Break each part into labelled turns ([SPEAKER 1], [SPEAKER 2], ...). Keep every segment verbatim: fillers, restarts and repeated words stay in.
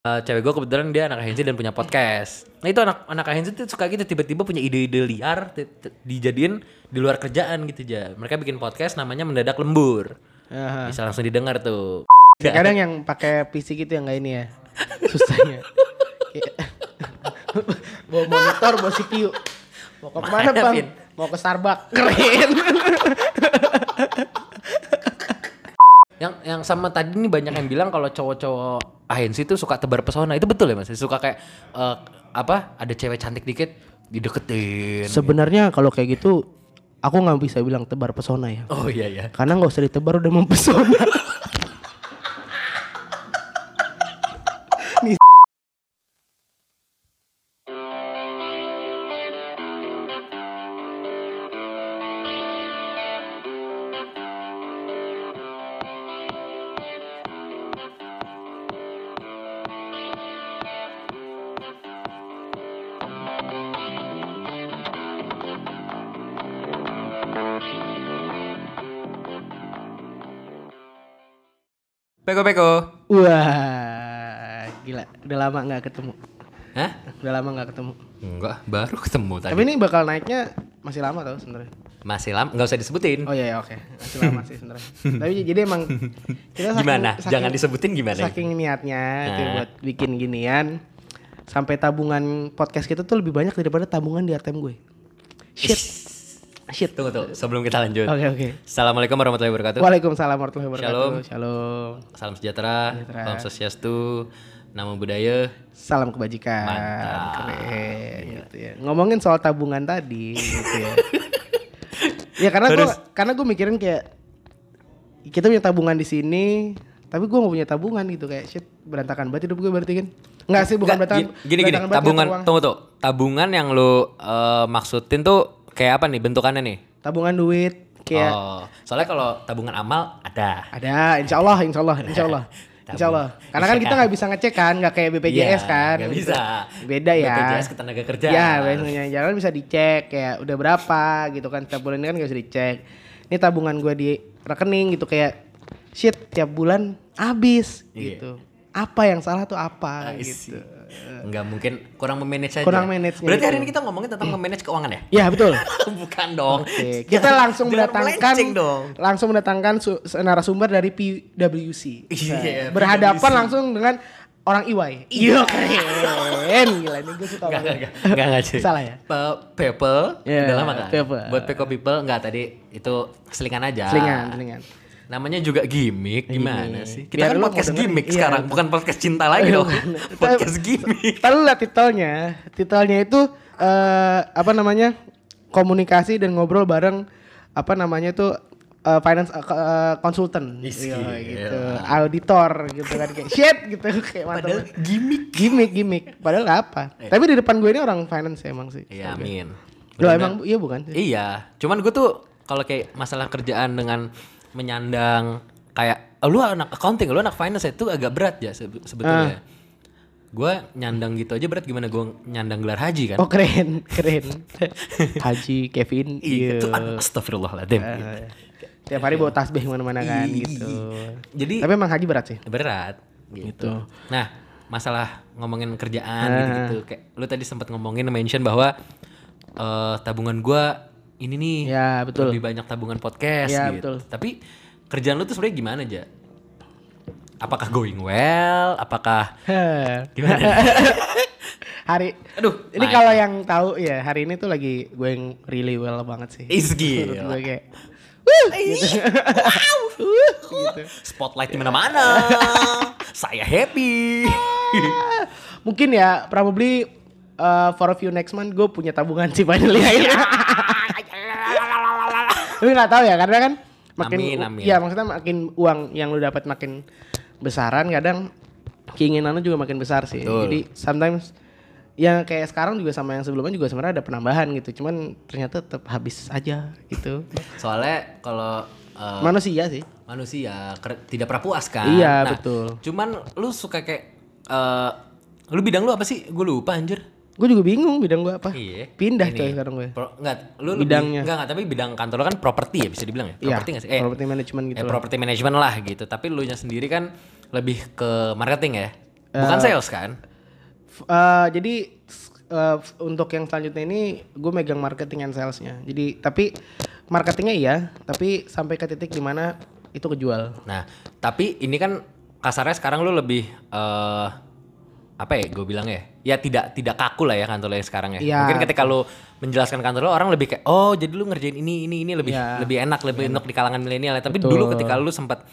[SPEAKER 1] Uh, cewek gue kebetulan dia anak agensi dan punya podcast. Nah itu anak anak agensi tuh suka gitu tiba-tiba punya ide-ide liar t- t- dijadiin di luar kerjaan gitu aja. Mereka bikin podcast namanya Mendadak Lembur.
[SPEAKER 2] Aha.
[SPEAKER 1] Bisa langsung didengar tuh.
[SPEAKER 2] Kadang yang pakai P C gitu yang nggak ini ya, susahnya. Bawa monitor, bawa C P U. Mau ke mana bang?
[SPEAKER 1] Vin?
[SPEAKER 2] Mau ke Starbucks. Keren.
[SPEAKER 1] Yang yang sama tadi nih banyak yang bilang kalau cowok-cowok agensi tuh suka tebar pesona. Itu betul ya Mas? Suka kayak uh, apa? Ada cewek cantik dikit dideketin.
[SPEAKER 2] Sebenarnya kalau kayak gitu aku nggak bisa bilang tebar pesona ya.
[SPEAKER 1] Oh iya ya.
[SPEAKER 2] Karena nggak usah ditebar udah mempesona. Nih.
[SPEAKER 1] Peko-peko.
[SPEAKER 2] Wah, gila. Udah lama nggak ketemu.
[SPEAKER 1] Hah?
[SPEAKER 2] Udah lama nggak ketemu.
[SPEAKER 1] Enggak, baru ketemu tadi.
[SPEAKER 2] Tapi ini bakal naiknya masih lama tau sebenarnya.
[SPEAKER 1] Masih lama, nggak usah disebutin.
[SPEAKER 2] Oh iya, iya oke, masih lama sih sebenarnya. Tapi jadi emang kita saking,
[SPEAKER 1] Gimana?
[SPEAKER 2] saking,
[SPEAKER 1] Jangan disebutin gimana?
[SPEAKER 2] Saking niatnya
[SPEAKER 1] Nah.
[SPEAKER 2] tuh buat bikin ginian, sampai tabungan podcast kita tuh lebih banyak daripada tabungan di A T M gue. Shit. Shit.
[SPEAKER 1] Tunggu tuh, sebelum kita lanjut.
[SPEAKER 2] Oke oke.
[SPEAKER 1] Assalamualaikum warahmatullahi wabarakatuh.
[SPEAKER 2] Waalaikumsalam warahmatullahi wabarakatuh.
[SPEAKER 1] Shalom.
[SPEAKER 2] Shalom.
[SPEAKER 1] Salam sejahtera,
[SPEAKER 2] Sejahtera.
[SPEAKER 1] salam swastiastu, namo buddhaya.
[SPEAKER 2] Salam kebajikan.
[SPEAKER 1] Mantap.
[SPEAKER 2] Keren gitu ya. Ngomongin soal tabungan tadi gitu ya. Ya karena gue
[SPEAKER 1] Harus.
[SPEAKER 2] karena gue mikirin kayak kita punya tabungan di sini, tapi gue gak punya tabungan gitu kayak shit berantakan banget hidup gue berarti kan. Enggak sih bukan
[SPEAKER 1] Nggak,
[SPEAKER 2] berantakan.
[SPEAKER 1] gi- Gini gini,
[SPEAKER 2] berantakan banget
[SPEAKER 1] tabungan,
[SPEAKER 2] hidup uang.
[SPEAKER 1] tunggu tuh. Tabungan yang lu eh, maksudin tuh kayak apa nih bentukannya nih?
[SPEAKER 2] Tabungan duit kayak
[SPEAKER 1] Oh, soalnya kalau tabungan amal ada.
[SPEAKER 2] ada insya Allah insya Allah insya Allah. Insya Allah. Karena kan kita nggak bisa ngecek kan, nggak kayak B P J S
[SPEAKER 1] Iya,
[SPEAKER 2] kan.
[SPEAKER 1] nggak bisa.
[SPEAKER 2] Beda ya.
[SPEAKER 1] B P J S ketenaga kerjaan.
[SPEAKER 2] Ya, biasanya jangan bisa dicek kayak udah berapa gitu kan. Setiap bulan ini kan nggak bisa dicek. Ini tabungan gue di rekening gitu kayak shit tiap bulan habis
[SPEAKER 1] Iya.
[SPEAKER 2] gitu. Apa yang salah tuh apa
[SPEAKER 1] Ah,
[SPEAKER 2] gitu.
[SPEAKER 1] Enggak mungkin kurang memanage aja.
[SPEAKER 2] Kurang manage-nya
[SPEAKER 1] Berarti hari
[SPEAKER 2] itu.
[SPEAKER 1] ini kita ngomongin tentang memanage keuangan ya?
[SPEAKER 2] Ya betul.
[SPEAKER 1] Bukan dong.
[SPEAKER 2] Oke, kita
[SPEAKER 1] Jangan-
[SPEAKER 2] langsung
[SPEAKER 1] jangan
[SPEAKER 2] mendatangkan
[SPEAKER 1] melenceng dong.
[SPEAKER 2] langsung mendatangkan su- narasumber dari P W C.
[SPEAKER 1] Iya,
[SPEAKER 2] Berhadapan
[SPEAKER 1] P W C.
[SPEAKER 2] langsung dengan orang I Y. Iya keren. Gila ini gue suka
[SPEAKER 1] Enggak,
[SPEAKER 2] banget.
[SPEAKER 1] enggak, enggak, enggak, enggak, cuy.
[SPEAKER 2] Salah ya?
[SPEAKER 1] Pe- People,
[SPEAKER 2] Iya,
[SPEAKER 1] udah lama kan?
[SPEAKER 2] people.
[SPEAKER 1] Buat Peko People, enggak tadi itu selingan aja.
[SPEAKER 2] Selingan, selingan.
[SPEAKER 1] Namanya juga gimmick, gimana
[SPEAKER 2] Gimmick.
[SPEAKER 1] sih? Kita
[SPEAKER 2] Biar
[SPEAKER 1] kan
[SPEAKER 2] lu mau
[SPEAKER 1] podcast
[SPEAKER 2] dengerin,
[SPEAKER 1] gimmick
[SPEAKER 2] iya.
[SPEAKER 1] sekarang, bukan podcast cinta lagi dong. Podcast gimmick.
[SPEAKER 2] Kita lihat titelnya. Titelnya itu eh, apa namanya? Komunikasi dan ngobrol bareng apa namanya tuh eh, finance eh, consultant.
[SPEAKER 1] Is,
[SPEAKER 2] Iya,
[SPEAKER 1] gila.
[SPEAKER 2] gitu. Auditor gitu kan kayak shit gitu kayak mantap.
[SPEAKER 1] Padahal gimmick.
[SPEAKER 2] Gimmick gimmick padahal nggak apa. Tapi di depan gue ini orang finance emang sih.
[SPEAKER 1] Iya, amin.
[SPEAKER 2] Lo
[SPEAKER 1] Bener-bener.
[SPEAKER 2] emang iya bukan?
[SPEAKER 1] Iya, cuman gue tuh kalau kayak masalah kerjaan dengan menyandang kayak oh, lu anak accounting, lu anak finance itu agak berat ya sebe- sebetulnya. Gue nyandang gitu aja berat gimana gue nyandang gelar haji kan?
[SPEAKER 2] Oh keren, keren. Haji Kevin.
[SPEAKER 1] Iya, itu
[SPEAKER 2] Iya.
[SPEAKER 1] astagfirullahaladzim.
[SPEAKER 2] Eh, Tiap hari bawa tasbih kemana-mana kan
[SPEAKER 1] Iya.
[SPEAKER 2] gitu.
[SPEAKER 1] Jadi
[SPEAKER 2] Tapi emang haji berat sih.
[SPEAKER 1] berat gitu.
[SPEAKER 2] Gitu.
[SPEAKER 1] Nah, masalah ngomongin kerjaan
[SPEAKER 2] Ah.
[SPEAKER 1] gitu-gitu kayak lu tadi sempat ngomongin mention bahwa eh, tabungan gue ini nih
[SPEAKER 2] Ya betul.
[SPEAKER 1] lebih banyak tabungan podcast
[SPEAKER 2] Ya,
[SPEAKER 1] gitu.
[SPEAKER 2] betul.
[SPEAKER 1] Tapi kerjaan lu tuh sebenarnya gimana aja? Apakah going well? Apakah gimana?
[SPEAKER 2] hari
[SPEAKER 1] Aduh,
[SPEAKER 2] ini
[SPEAKER 1] Mike.
[SPEAKER 2] kalau yang tahu ya hari ini tuh lagi gue yang really well banget sih.
[SPEAKER 1] Is
[SPEAKER 2] Menurut
[SPEAKER 1] gila.
[SPEAKER 2] gue kayak wuh, gitu. Wuh, gitu.
[SPEAKER 1] Spotlight di mana-mana. Saya happy.
[SPEAKER 2] Mungkin ya probably uh, for a few next month gue punya tabungan sih finally. Tapi nggak tahu ya karena kan makin
[SPEAKER 1] Amin, amin.
[SPEAKER 2] ya maksudnya makin uang yang lu dapat makin besaran kadang keinginan lu juga makin besar sih.
[SPEAKER 1] Betul.
[SPEAKER 2] Jadi sometimes yang kayak sekarang juga sama yang sebelumnya juga sebenarnya ada penambahan gitu. Cuman ternyata tetap habis aja gitu.
[SPEAKER 1] Soalnya kalau eh,
[SPEAKER 2] Manusia sih.
[SPEAKER 1] manusia ker- tidak pernah puas kan.
[SPEAKER 2] Iya,
[SPEAKER 1] Nah,
[SPEAKER 2] betul.
[SPEAKER 1] Cuman lu suka kayak eh lu bidang lu apa sih? Gue lupa anjir.
[SPEAKER 2] Gue juga bingung bidang gue apa.
[SPEAKER 1] Iya.
[SPEAKER 2] Pindah
[SPEAKER 1] Ini,
[SPEAKER 2] coy sekarang gue.
[SPEAKER 1] Pro, enggak, lu
[SPEAKER 2] Bidangnya.
[SPEAKER 1] lebih enggak enggak, tapi bidang kantor lu kan properti ya bisa dibilang ya?
[SPEAKER 2] Iya,
[SPEAKER 1] Properti enggak sih? Eh,
[SPEAKER 2] property management gitu
[SPEAKER 1] eh,
[SPEAKER 2] lah.
[SPEAKER 1] property management lah gitu. Tapi lu nya sendiri kan lebih ke marketing ya? Bukan
[SPEAKER 2] Uh,
[SPEAKER 1] sales kan?
[SPEAKER 2] f- uh, jadi uh, f- untuk yang selanjutnya ini gue megang marketing and salesnya. Jadi tapi marketingnya iya, tapi sampai ke titik dimana itu kejual.
[SPEAKER 1] Nah, tapi ini kan kasarnya sekarang lu lebih eh apa ya gue bilang ya? Ya tidak tidak kaku lah ya kantor lo yang sekarang ya.
[SPEAKER 2] Iya.
[SPEAKER 1] Mungkin ketika lu menjelaskan kantor lo orang lebih kayak oh jadi lu ngerjain ini ini ini lebih
[SPEAKER 2] Iya.
[SPEAKER 1] lebih enak lebih enak di kalangan milenial ya. Tapi
[SPEAKER 2] Betul.
[SPEAKER 1] dulu ketika lu sempat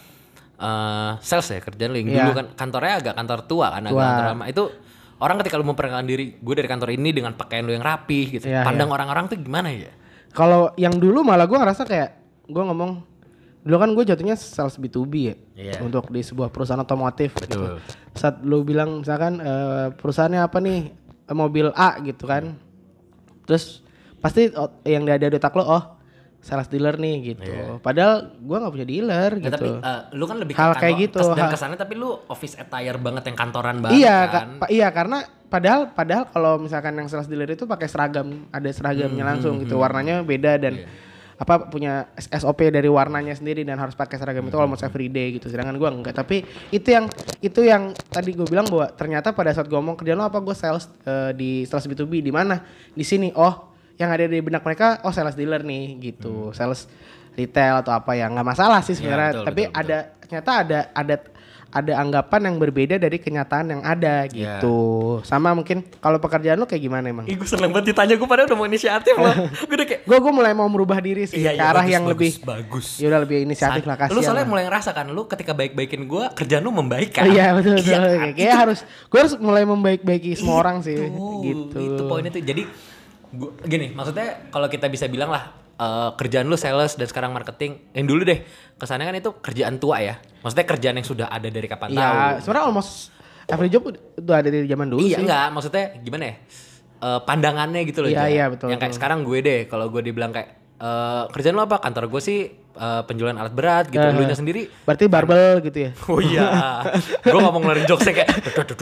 [SPEAKER 1] eh sales ya kerjaan lu yang
[SPEAKER 2] Iya.
[SPEAKER 1] dulu kan kantornya agak kantor tua kan agak
[SPEAKER 2] Tua.
[SPEAKER 1] kantor lama. Itu orang ketika lu memperkenalkan diri gue dari kantor ini dengan pakaian lu yang rapih gitu.
[SPEAKER 2] Iya,
[SPEAKER 1] Pandang orang-orang tuh gimana ya?
[SPEAKER 2] Kalau yang dulu malah gue ngerasa kayak gue ngomong dulu kan gue jatuhnya sales B to B ya
[SPEAKER 1] Iya.
[SPEAKER 2] untuk di sebuah perusahaan otomotif gitu.
[SPEAKER 1] Betul.
[SPEAKER 2] Saat lu bilang misalkan eh, perusahaannya apa nih eh, mobil A gitu kan, terus pasti oh, yang ada di otak lo oh sales dealer nih gitu.
[SPEAKER 1] Iya.
[SPEAKER 2] Padahal gue nggak punya dealer
[SPEAKER 1] Nah,
[SPEAKER 2] gitu.
[SPEAKER 1] tapi eh, lu kan lebih
[SPEAKER 2] Hal
[SPEAKER 1] ke
[SPEAKER 2] kayak
[SPEAKER 1] kantor-
[SPEAKER 2] gitu,
[SPEAKER 1] kes- dan
[SPEAKER 2] hal-
[SPEAKER 1] kesannya tapi lu office attire banget yang kantoran banget
[SPEAKER 2] Iya,
[SPEAKER 1] kan.
[SPEAKER 2] ka- pa- iya karena padahal padahal kalau misalkan yang sales dealer itu pakai seragam, ada seragamnya
[SPEAKER 1] Hmm,
[SPEAKER 2] langsung gitu, warnanya beda dan
[SPEAKER 1] Iya.
[SPEAKER 2] apa punya S O P dari warnanya sendiri dan harus pakai seragam itu almost every day gitu. Sedangkan gua enggak. Tapi itu yang itu yang tadi gue bilang bahwa ternyata pada saat gue ngomong kerjaan lo apa gue sales eh, di sales B to B di mana? Di sini. Oh, yang ada di benak mereka oh sales dealer nih gitu. Sales retail atau apa ya nggak masalah sih sebenarnya.
[SPEAKER 1] Iya, betul,
[SPEAKER 2] Tapi
[SPEAKER 1] betul, betul.
[SPEAKER 2] ada ternyata ada ada ada anggapan yang berbeda dari kenyataan yang ada
[SPEAKER 1] Iya.
[SPEAKER 2] gitu. Sama mungkin kalau pekerjaan lo kayak gimana emang?
[SPEAKER 1] Ih, gue seneng banget ditanya gue padahal udah mau inisiatif loh. Gue udah kayak
[SPEAKER 2] Gue gue mulai mau merubah diri sih
[SPEAKER 1] iya,
[SPEAKER 2] ke
[SPEAKER 1] iya,
[SPEAKER 2] arah
[SPEAKER 1] bagus,
[SPEAKER 2] yang
[SPEAKER 1] bagus,
[SPEAKER 2] lebih
[SPEAKER 1] bagus.
[SPEAKER 2] ya udah lebih inisiatif lah
[SPEAKER 1] Lu
[SPEAKER 2] kasihan.
[SPEAKER 1] soalnya
[SPEAKER 2] lah.
[SPEAKER 1] mulai ngerasa kan lu ketika baik-baikin gue kerjaan lu membaik kan.
[SPEAKER 2] Iya betul betul.
[SPEAKER 1] Iya,
[SPEAKER 2] Kayak
[SPEAKER 1] kan?
[SPEAKER 2] Kayak harus gue harus mulai membaik-baiki semua orang sih
[SPEAKER 1] Itu,
[SPEAKER 2] gitu.
[SPEAKER 1] Itu poinnya tuh. Jadi gua, gini, maksudnya kalau kita bisa bilang lah eh, kerjaan lu sales dan sekarang marketing. Yang dulu deh, kesannya kan itu kerjaan tua ya. Maksudnya kerjaan yang sudah ada dari kapan tahu.
[SPEAKER 2] Iya, sebenarnya almost every job udah ada dari zaman dulu
[SPEAKER 1] Iya
[SPEAKER 2] sih.
[SPEAKER 1] enggak, maksudnya gimana ya? Eh, pandangannya gitu loh.
[SPEAKER 2] Iya,
[SPEAKER 1] Ja.
[SPEAKER 2] iya, betul,
[SPEAKER 1] Yang kayak
[SPEAKER 2] betul.
[SPEAKER 1] sekarang gue deh, kalau gue dibilang kayak eh, kerjaan lo apa? Kantor gue sih eh, penjualan alat berat gitu.
[SPEAKER 2] Eh,
[SPEAKER 1] Lu nya sendiri
[SPEAKER 2] Berarti barbel gitu ya.
[SPEAKER 1] oh iya. Gue ngomong ngeluarin jokesnya kayak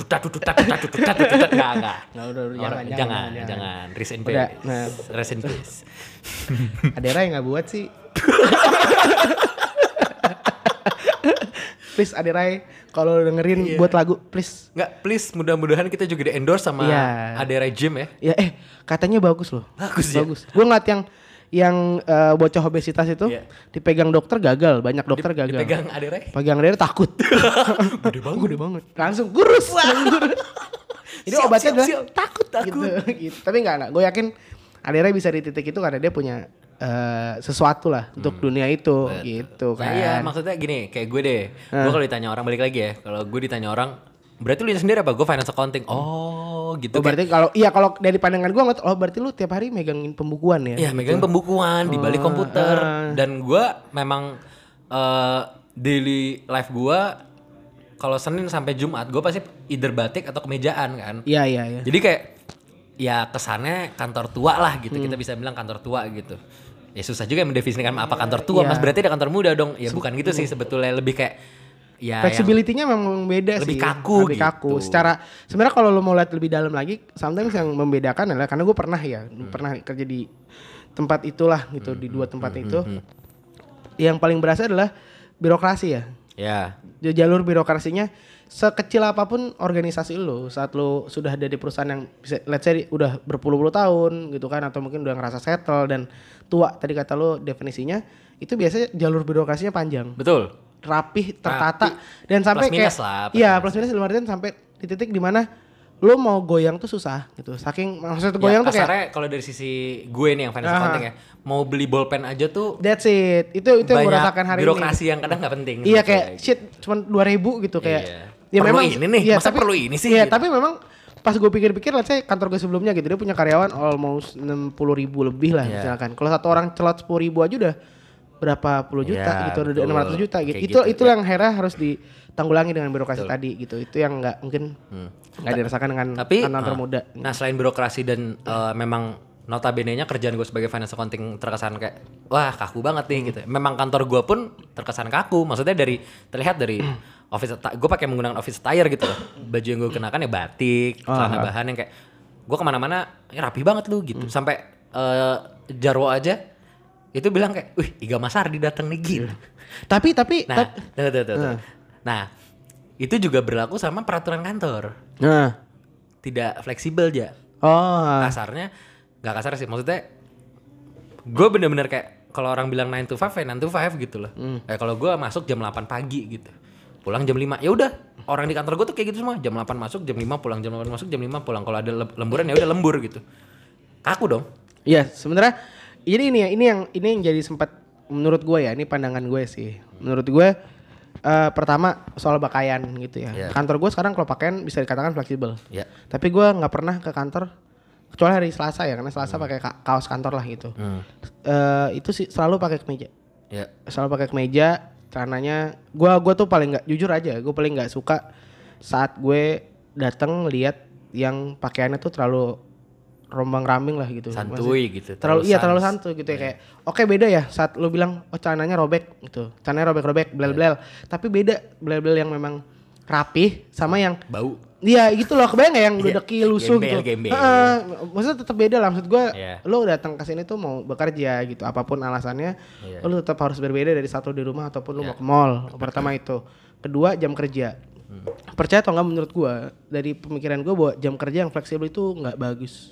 [SPEAKER 1] enggak enggak.
[SPEAKER 2] Nggak, udah, udah,
[SPEAKER 1] Orang-
[SPEAKER 2] jangan,
[SPEAKER 1] jangan,
[SPEAKER 2] jangan,
[SPEAKER 1] jangan, Rest in
[SPEAKER 2] Udah,
[SPEAKER 1] peace.
[SPEAKER 2] nah.
[SPEAKER 1] Rest in peace.
[SPEAKER 2] Adera yang nggak buat sih. Please Aderai kalau dengerin
[SPEAKER 1] Iya.
[SPEAKER 2] buat lagu please.
[SPEAKER 1] Enggak, please mudah-mudahan kita juga di endorse sama
[SPEAKER 2] Iya.
[SPEAKER 1] Adera Gym ya.
[SPEAKER 2] Ya eh katanya bagus loh.
[SPEAKER 1] Bagus ya?
[SPEAKER 2] Bagus. Gue ngeliat yang yang eh, bocah obesitas itu
[SPEAKER 1] Iya.
[SPEAKER 2] dipegang dokter gagal, banyak dokter
[SPEAKER 1] Di-
[SPEAKER 2] gagal.
[SPEAKER 1] Dipegang Adera.
[SPEAKER 2] Pegang dia takut.
[SPEAKER 1] Gede banget.
[SPEAKER 2] Gede banget. Langsung kurus. Ini
[SPEAKER 1] Siap,
[SPEAKER 2] obatnya
[SPEAKER 1] siap,
[SPEAKER 2] adalah
[SPEAKER 1] siap. Takut, takut.
[SPEAKER 2] Gitu, gitu. Tapi enggak enggak. Gue yakin Adera bisa di titik itu karena dia punya eh, sesuatu lah untuk dunia itu gitu
[SPEAKER 1] Nah,
[SPEAKER 2] kan.
[SPEAKER 1] iya, maksudnya gini, kayak gue deh.
[SPEAKER 2] Ah.
[SPEAKER 1] Gue kalau ditanya orang balik lagi ya. Kalau gue ditanya orang, berarti lu sendiri apa? Gue finance accounting. Oh, gitu.
[SPEAKER 2] Oh, berarti kalau iya kalau dari pandangan gue ngeliat oh berarti lu tiap hari megangin pembukuan ya.
[SPEAKER 1] Iya, megang pembukuan di balik
[SPEAKER 2] Oh,
[SPEAKER 1] komputer.
[SPEAKER 2] ah.
[SPEAKER 1] Dan gue memang eh, daily life gue kalau Senin sampai Jumat gue pasti either batik atau kemejaan kan.
[SPEAKER 2] Iya iya iya.
[SPEAKER 1] Jadi kayak ya kesannya kantor tua lah gitu. Kita bisa bilang kantor tua gitu. Ya susah juga mendefinisikan apa kantor tua.
[SPEAKER 2] Iya.
[SPEAKER 1] Mas berarti ada kantor muda dong. Ya bukan gitu sih sebetulnya, lebih kayak ya yang-
[SPEAKER 2] Flexibility-nya memang beda
[SPEAKER 1] lebih
[SPEAKER 2] sih.
[SPEAKER 1] kaku
[SPEAKER 2] lebih kaku.
[SPEAKER 1] gitu.
[SPEAKER 2] Secara sebenarnya kalau lo mau lihat lebih dalam lagi, sometimes yang membedakan adalah karena gue pernah ya,
[SPEAKER 1] Hmm.
[SPEAKER 2] pernah kerja di tempat itulah gitu, di dua tempat itu. Yang paling berasa adalah birokrasi ya.
[SPEAKER 1] ya.
[SPEAKER 2] J- Jalur birokrasinya sekecil apapun organisasi lo, saat lo sudah ada di perusahaan yang bisa let's say udah berpuluh-puluh tahun gitu kan, atau mungkin udah ngerasa settle dan tua tadi kata lo definisinya, itu biasanya jalur birokrasinya panjang.
[SPEAKER 1] Betul.
[SPEAKER 2] Rapih, tertata
[SPEAKER 1] Rapi.
[SPEAKER 2] dan sampai
[SPEAKER 1] Plus
[SPEAKER 2] kayak
[SPEAKER 1] minus lah, plus
[SPEAKER 2] iya
[SPEAKER 1] minus.
[SPEAKER 2] plus minus dalam artian sampai di titik dimana lo mau goyang tuh susah gitu. Saking maksudnya
[SPEAKER 1] Ya,
[SPEAKER 2] goyang tuh kayak
[SPEAKER 1] kasarnya kalau dari sisi gue nih yang finance
[SPEAKER 2] Ah.
[SPEAKER 1] accounting ya, mau beli bolpen aja tuh
[SPEAKER 2] that's it. Itu itu yang gue
[SPEAKER 1] banyak
[SPEAKER 2] rasakan hari
[SPEAKER 1] birokrasi
[SPEAKER 2] ini.
[SPEAKER 1] yang kadang nggak penting.
[SPEAKER 2] Iya
[SPEAKER 1] sebetulnya.
[SPEAKER 2] kayak shit cuma dua ribu gitu kayak.
[SPEAKER 1] Iya.
[SPEAKER 2] Ya
[SPEAKER 1] Perlu
[SPEAKER 2] memang
[SPEAKER 1] ini nih,
[SPEAKER 2] iya,
[SPEAKER 1] masa perlu ini sih
[SPEAKER 2] Iya,
[SPEAKER 1] gitu.
[SPEAKER 2] tapi memang pas gue pikir-pikir let's say kantor gue sebelumnya gitu dia punya karyawan almost enam puluh ribu lebih lah
[SPEAKER 1] Iya.
[SPEAKER 2] misalkan. Kalau satu orang celot sepuluh ribu aja udah berapa puluh juta
[SPEAKER 1] Iya,
[SPEAKER 2] gitu, udah
[SPEAKER 1] betul.
[SPEAKER 2] enam ratus juta gitu.
[SPEAKER 1] Kayak
[SPEAKER 2] Itu
[SPEAKER 1] gitu,
[SPEAKER 2] itu
[SPEAKER 1] ya.
[SPEAKER 2] yang Hera harus ditanggulangi dengan birokrasi
[SPEAKER 1] Betul.
[SPEAKER 2] tadi gitu. Itu yang nggak mungkin nggak dirasakan dengan
[SPEAKER 1] Tapi
[SPEAKER 2] kantor
[SPEAKER 1] ah,
[SPEAKER 2] muda.
[SPEAKER 1] Nah, selain birokrasi dan eh, memang notabene-nya kerjaan gue sebagai finance accounting terkesan kayak wah kaku banget nih gitu. Memang kantor gue pun terkesan kaku. Maksudnya dari terlihat dari office attire, gue pakai menggunakan office attire gitu loh. Baju yang gue kenakan ya batik, celana bahan yang kayak gue kemana-mana ya rapi banget lu gitu. Sampai eh, Jarwo aja itu bilang kayak, wih Iga Masardi datang nih gitu.
[SPEAKER 2] Tapi tapi
[SPEAKER 1] Nah,
[SPEAKER 2] tap-
[SPEAKER 1] tuh, tuh, tuh, tuh. Nah, itu juga berlaku sama peraturan kantor.
[SPEAKER 2] Nah.
[SPEAKER 1] Tidak fleksibel aja.
[SPEAKER 2] Oh.
[SPEAKER 1] Kasarnya, nggak kasar sih. Maksudnya, gue bener-bener kayak kalau orang bilang nine to five, ya nine to five gitu loh. Hmm. Kayak kalau gue masuk jam delapan pagi gitu, pulang jam lima. Ya udah, orang di kantor gue tuh kayak gitu semua. Jam delapan masuk, jam lima pulang, jam delapan masuk, jam lima pulang. Kalau ada lemburan ya udah lembur gitu. Kaku dong.
[SPEAKER 2] Iya, sebenarnya jadi ini ya, ini yang ini yang jadi sempat menurut gue ya, ini pandangan gue sih. Menurut gue uh, pertama soal pakaian gitu ya. Yeah. Kantor gue sekarang kalau pakaian bisa dikatakan fleksibel. Yeah. Tapi gue nggak pernah ke kantor kecuali hari Selasa ya, karena Selasa hmm. pakai ka- kaos kantor lah gitu. Hmm. Uh, itu sih selalu pakai kemeja. Yeah. Selalu pakai kemeja. Celananya gue gue tuh paling nggak, jujur aja, gue paling nggak suka saat gue datang lihat yang pakaiannya tuh terlalu rombang-rambing lah gitu.
[SPEAKER 1] Santuy Masih, gitu.
[SPEAKER 2] Terlalu, terlalu iya terlalu santuy gitu yeah. ya kayak oke okay, beda ya saat lu bilang oh celananya robek gitu. Celananya robek-robek blel-blel. Yeah. Tapi beda blel-blel yang memang rapih sama yang
[SPEAKER 1] bau.
[SPEAKER 2] Iya gitu loh, kebayang gak yang dodeki lusuh
[SPEAKER 1] gembel,
[SPEAKER 2] gitu.
[SPEAKER 1] Gembel.
[SPEAKER 2] Heeh, maksudnya tetap beda lah maksud gue. Yeah. Lu datang ke sini tuh mau bekerja gitu, apapun alasannya, yeah. lu tetap harus berbeda dari saat lu di rumah ataupun lu yeah. mau ke mall. Pertama itu. Kedua jam kerja. Hmm. Percaya atau enggak menurut gue dari pemikiran gue bahwa jam kerja yang fleksibel itu enggak bagus.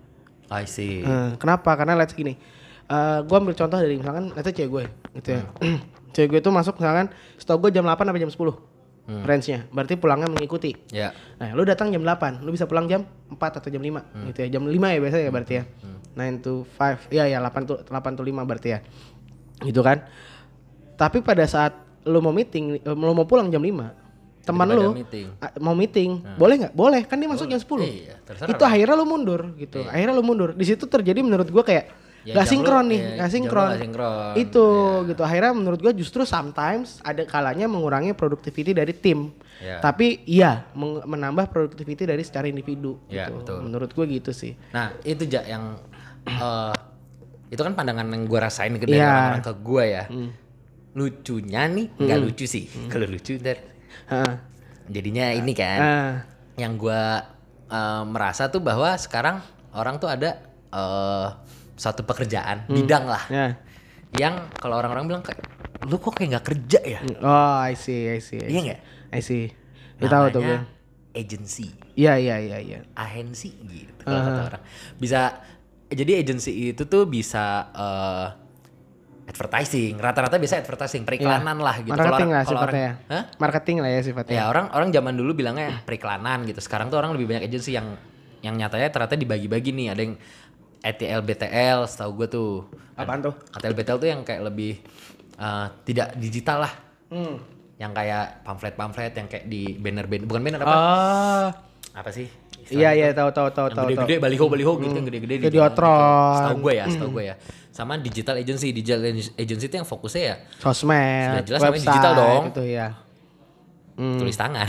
[SPEAKER 1] I see.
[SPEAKER 2] Uh, kenapa? Karena let's gini. Uh, gue ambil contoh dari misalkan itu cewek gue gitu ya. Hmm. Cewek gue tuh masuk misalkan setahu gue jam delapan sampai jam sepuluh. Hmm. Range-nya. Berarti pulangnya mengikuti. Ya. Yeah. Nah, lu datang jam delapan, lu bisa pulang jam empat atau jam lima hmm. gitu ya. Jam lima ya biasanya ya berarti ya. Hmm. nine to five. Iya ya, delapan to delapan to lima berarti ya. Gitu kan. Tapi pada saat lu mau meeting, lu mau pulang jam lima, teman lu meeting. mau meeting, hmm. boleh nggak? Boleh, kan dia masuk jam sepuluh. Iya, itu lah. Akhirnya lu mundur gitu. Iya. Akhirnya lu mundur. Di situ terjadi menurut gua kayak ya, gak sinkron lu, nih, ya, gak sinkron. Gak sinkron. Itu ya. Gitu. Akhirnya menurut gua justru sometimes ada kalanya mengurangi productivity dari tim. Ya. Tapi iya meng- menambah productivity dari secara individu ya, gitu. Betul. Menurut gua gitu sih.
[SPEAKER 1] Nah, itu ja yang uh, itu kan pandangan yang gua rasain ke dari ya. orang-orang ke gua ya. Hmm. Lucunya nih, nggak hmm. lucu sih. Hmm. Kalau lucu ntar uh. jadinya uh. ini kan. Uh. Yang gue uh, merasa tuh bahwa sekarang orang tuh ada uh, suatu pekerjaan hmm. bidang lah, yeah. yang kalau orang-orang bilang kayak lu kok kayak nggak kerja ya?
[SPEAKER 2] Oh, I see, I see. I see.
[SPEAKER 1] Iya nggak?
[SPEAKER 2] I see. Lu tahu tuh gue.
[SPEAKER 1] Agency.
[SPEAKER 2] Iya, iya, iya, iya.
[SPEAKER 1] Agency gitu kalau uh. kata orang. Bisa jadi agency itu tuh bisa uh, advertising, rata-rata biasa advertising, periklanan ya, lah gitu.
[SPEAKER 2] Marketing
[SPEAKER 1] kalau
[SPEAKER 2] lah
[SPEAKER 1] kalau
[SPEAKER 2] sifatnya
[SPEAKER 1] orang,
[SPEAKER 2] ya. Hah? Marketing lah ya sifatnya.
[SPEAKER 1] Ya orang orang zaman dulu bilangnya periklanan gitu. Sekarang tuh orang lebih banyak agensi yang yang nyatanya ternyata dibagi-bagi nih. Ada yang A T L B T L, setahu gue tuh.
[SPEAKER 2] Apaan tuh?
[SPEAKER 1] A T L B T L tuh yang kayak lebih uh, tidak digital lah. Hmm. Yang kayak pamflet-pamflet yang kayak di banner-banner, bukan banner apa?
[SPEAKER 2] Ah.
[SPEAKER 1] Apa sih?
[SPEAKER 2] Iya iya tahu tahu tahu tahu.
[SPEAKER 1] Gede-gede baliho-baliho gitu yang gede-gede di
[SPEAKER 2] Diotron.
[SPEAKER 1] Setahu gue ya, setahu gue ya. Sama digital agency, digital agency itu yang fokusnya ya
[SPEAKER 2] sosmed,
[SPEAKER 1] jelas website, digital dong.
[SPEAKER 2] Gitu ya.
[SPEAKER 1] Hmm. Tulis tangan.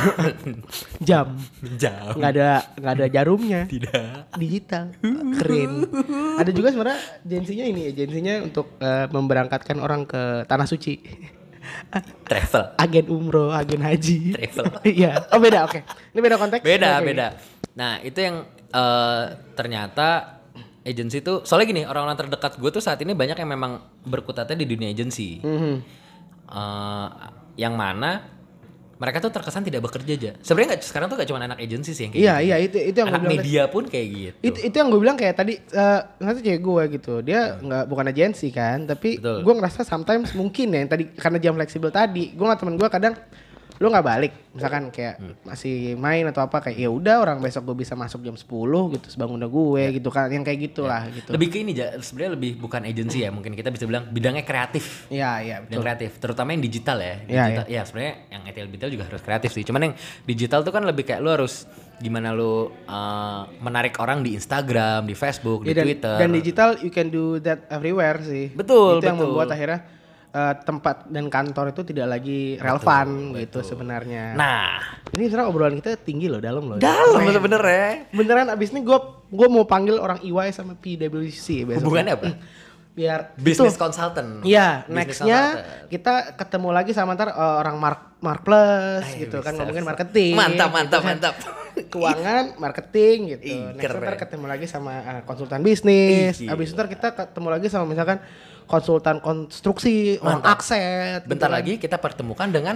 [SPEAKER 2] Jam.
[SPEAKER 1] Jam.
[SPEAKER 2] Nggak ada nggak ada jarumnya.
[SPEAKER 1] Tidak.
[SPEAKER 2] Digital. Keren. Ada juga sebenarnya agensinya ini, agensinya untuk uh, memberangkatkan orang ke tanah suci.
[SPEAKER 1] Travel.
[SPEAKER 2] Agen umroh, agen haji.
[SPEAKER 1] Travel.
[SPEAKER 2] Iya. Oh beda, oke. Okay. Ini beda konteks.
[SPEAKER 1] Beda,
[SPEAKER 2] okay.
[SPEAKER 1] beda. Nah itu yang uh, ternyata agensi tuh, soalnya gini, orang-orang terdekat gue tuh saat ini banyak yang memang berkutatnya di dunia agensi. Mm-hmm. Uh, yang mana mereka tuh terkesan tidak bekerja aja. Sebenarnya nggak, sekarang tuh gak cuma anak agensi sih yang kayak
[SPEAKER 2] iya,
[SPEAKER 1] gitu.
[SPEAKER 2] Iya, itu itu yang
[SPEAKER 1] anak
[SPEAKER 2] gue
[SPEAKER 1] media bilang, pun kayak gitu.
[SPEAKER 2] Itu itu yang gue bilang kayak tadi, uh, nanti cewek gue gitu, dia nggak hmm. bukan agensi kan, tapi gue ngerasa sometimes mungkin ya, yang tadi karena jam fleksibel tadi, gue nggak temen gue kadang lu nggak balik, misalkan kayak hmm. masih main atau apa kayak ya udah orang besok gue bisa masuk jam sepuluh gitu sebangun udah gue ya. Gitu kan, yang kayak gitulah ya. Gitu.
[SPEAKER 1] Lebih ke ini sebenarnya lebih bukan agensi ya, mungkin kita bisa bilang bidangnya kreatif.
[SPEAKER 2] Iya iya
[SPEAKER 1] betul. Bidang kreatif, terutama yang digital ya.
[SPEAKER 2] Digital,
[SPEAKER 1] ya, ya. ya sebenarnya yang A T L B T L juga harus kreatif sih. Cuman yang digital tuh kan lebih kayak lu harus gimana lu uh, menarik orang di Instagram, di Facebook, ya, di
[SPEAKER 2] dan,
[SPEAKER 1] Twitter.
[SPEAKER 2] Dan digital you can do that everywhere sih.
[SPEAKER 1] Betul.
[SPEAKER 2] Itu
[SPEAKER 1] betul.
[SPEAKER 2] yang membuat akhirnya Uh, tempat dan kantor itu tidak lagi relevan betul, gitu betul. Sebenarnya.
[SPEAKER 1] Nah,
[SPEAKER 2] ini sebenarnya obrolan kita tinggi loh, dalam loh.
[SPEAKER 1] Dalam sebenarnya.
[SPEAKER 2] Beneran abis ini gue gue mau panggil orang E Y sama P W C besok.
[SPEAKER 1] Hubungannya apa?
[SPEAKER 2] Biar
[SPEAKER 1] business consultant.
[SPEAKER 2] Iya, nextnya kita ketemu lagi sama ntar uh, orang Mark Mark Plus Ay, gitu kan, ngomongin marketing.
[SPEAKER 1] Mantap, mantap,
[SPEAKER 2] gitu,
[SPEAKER 1] mantap.
[SPEAKER 2] Keuangan, marketing gitu.
[SPEAKER 1] Ih,
[SPEAKER 2] next ntar ketemu lagi sama uh, konsultan bisnis. Ih, abis itu ntar kita ketemu lagi sama misalkan konsultan konstruksi, orang akset.
[SPEAKER 1] Bentar
[SPEAKER 2] gitu
[SPEAKER 1] lagi
[SPEAKER 2] kan.
[SPEAKER 1] kita pertemukan dengan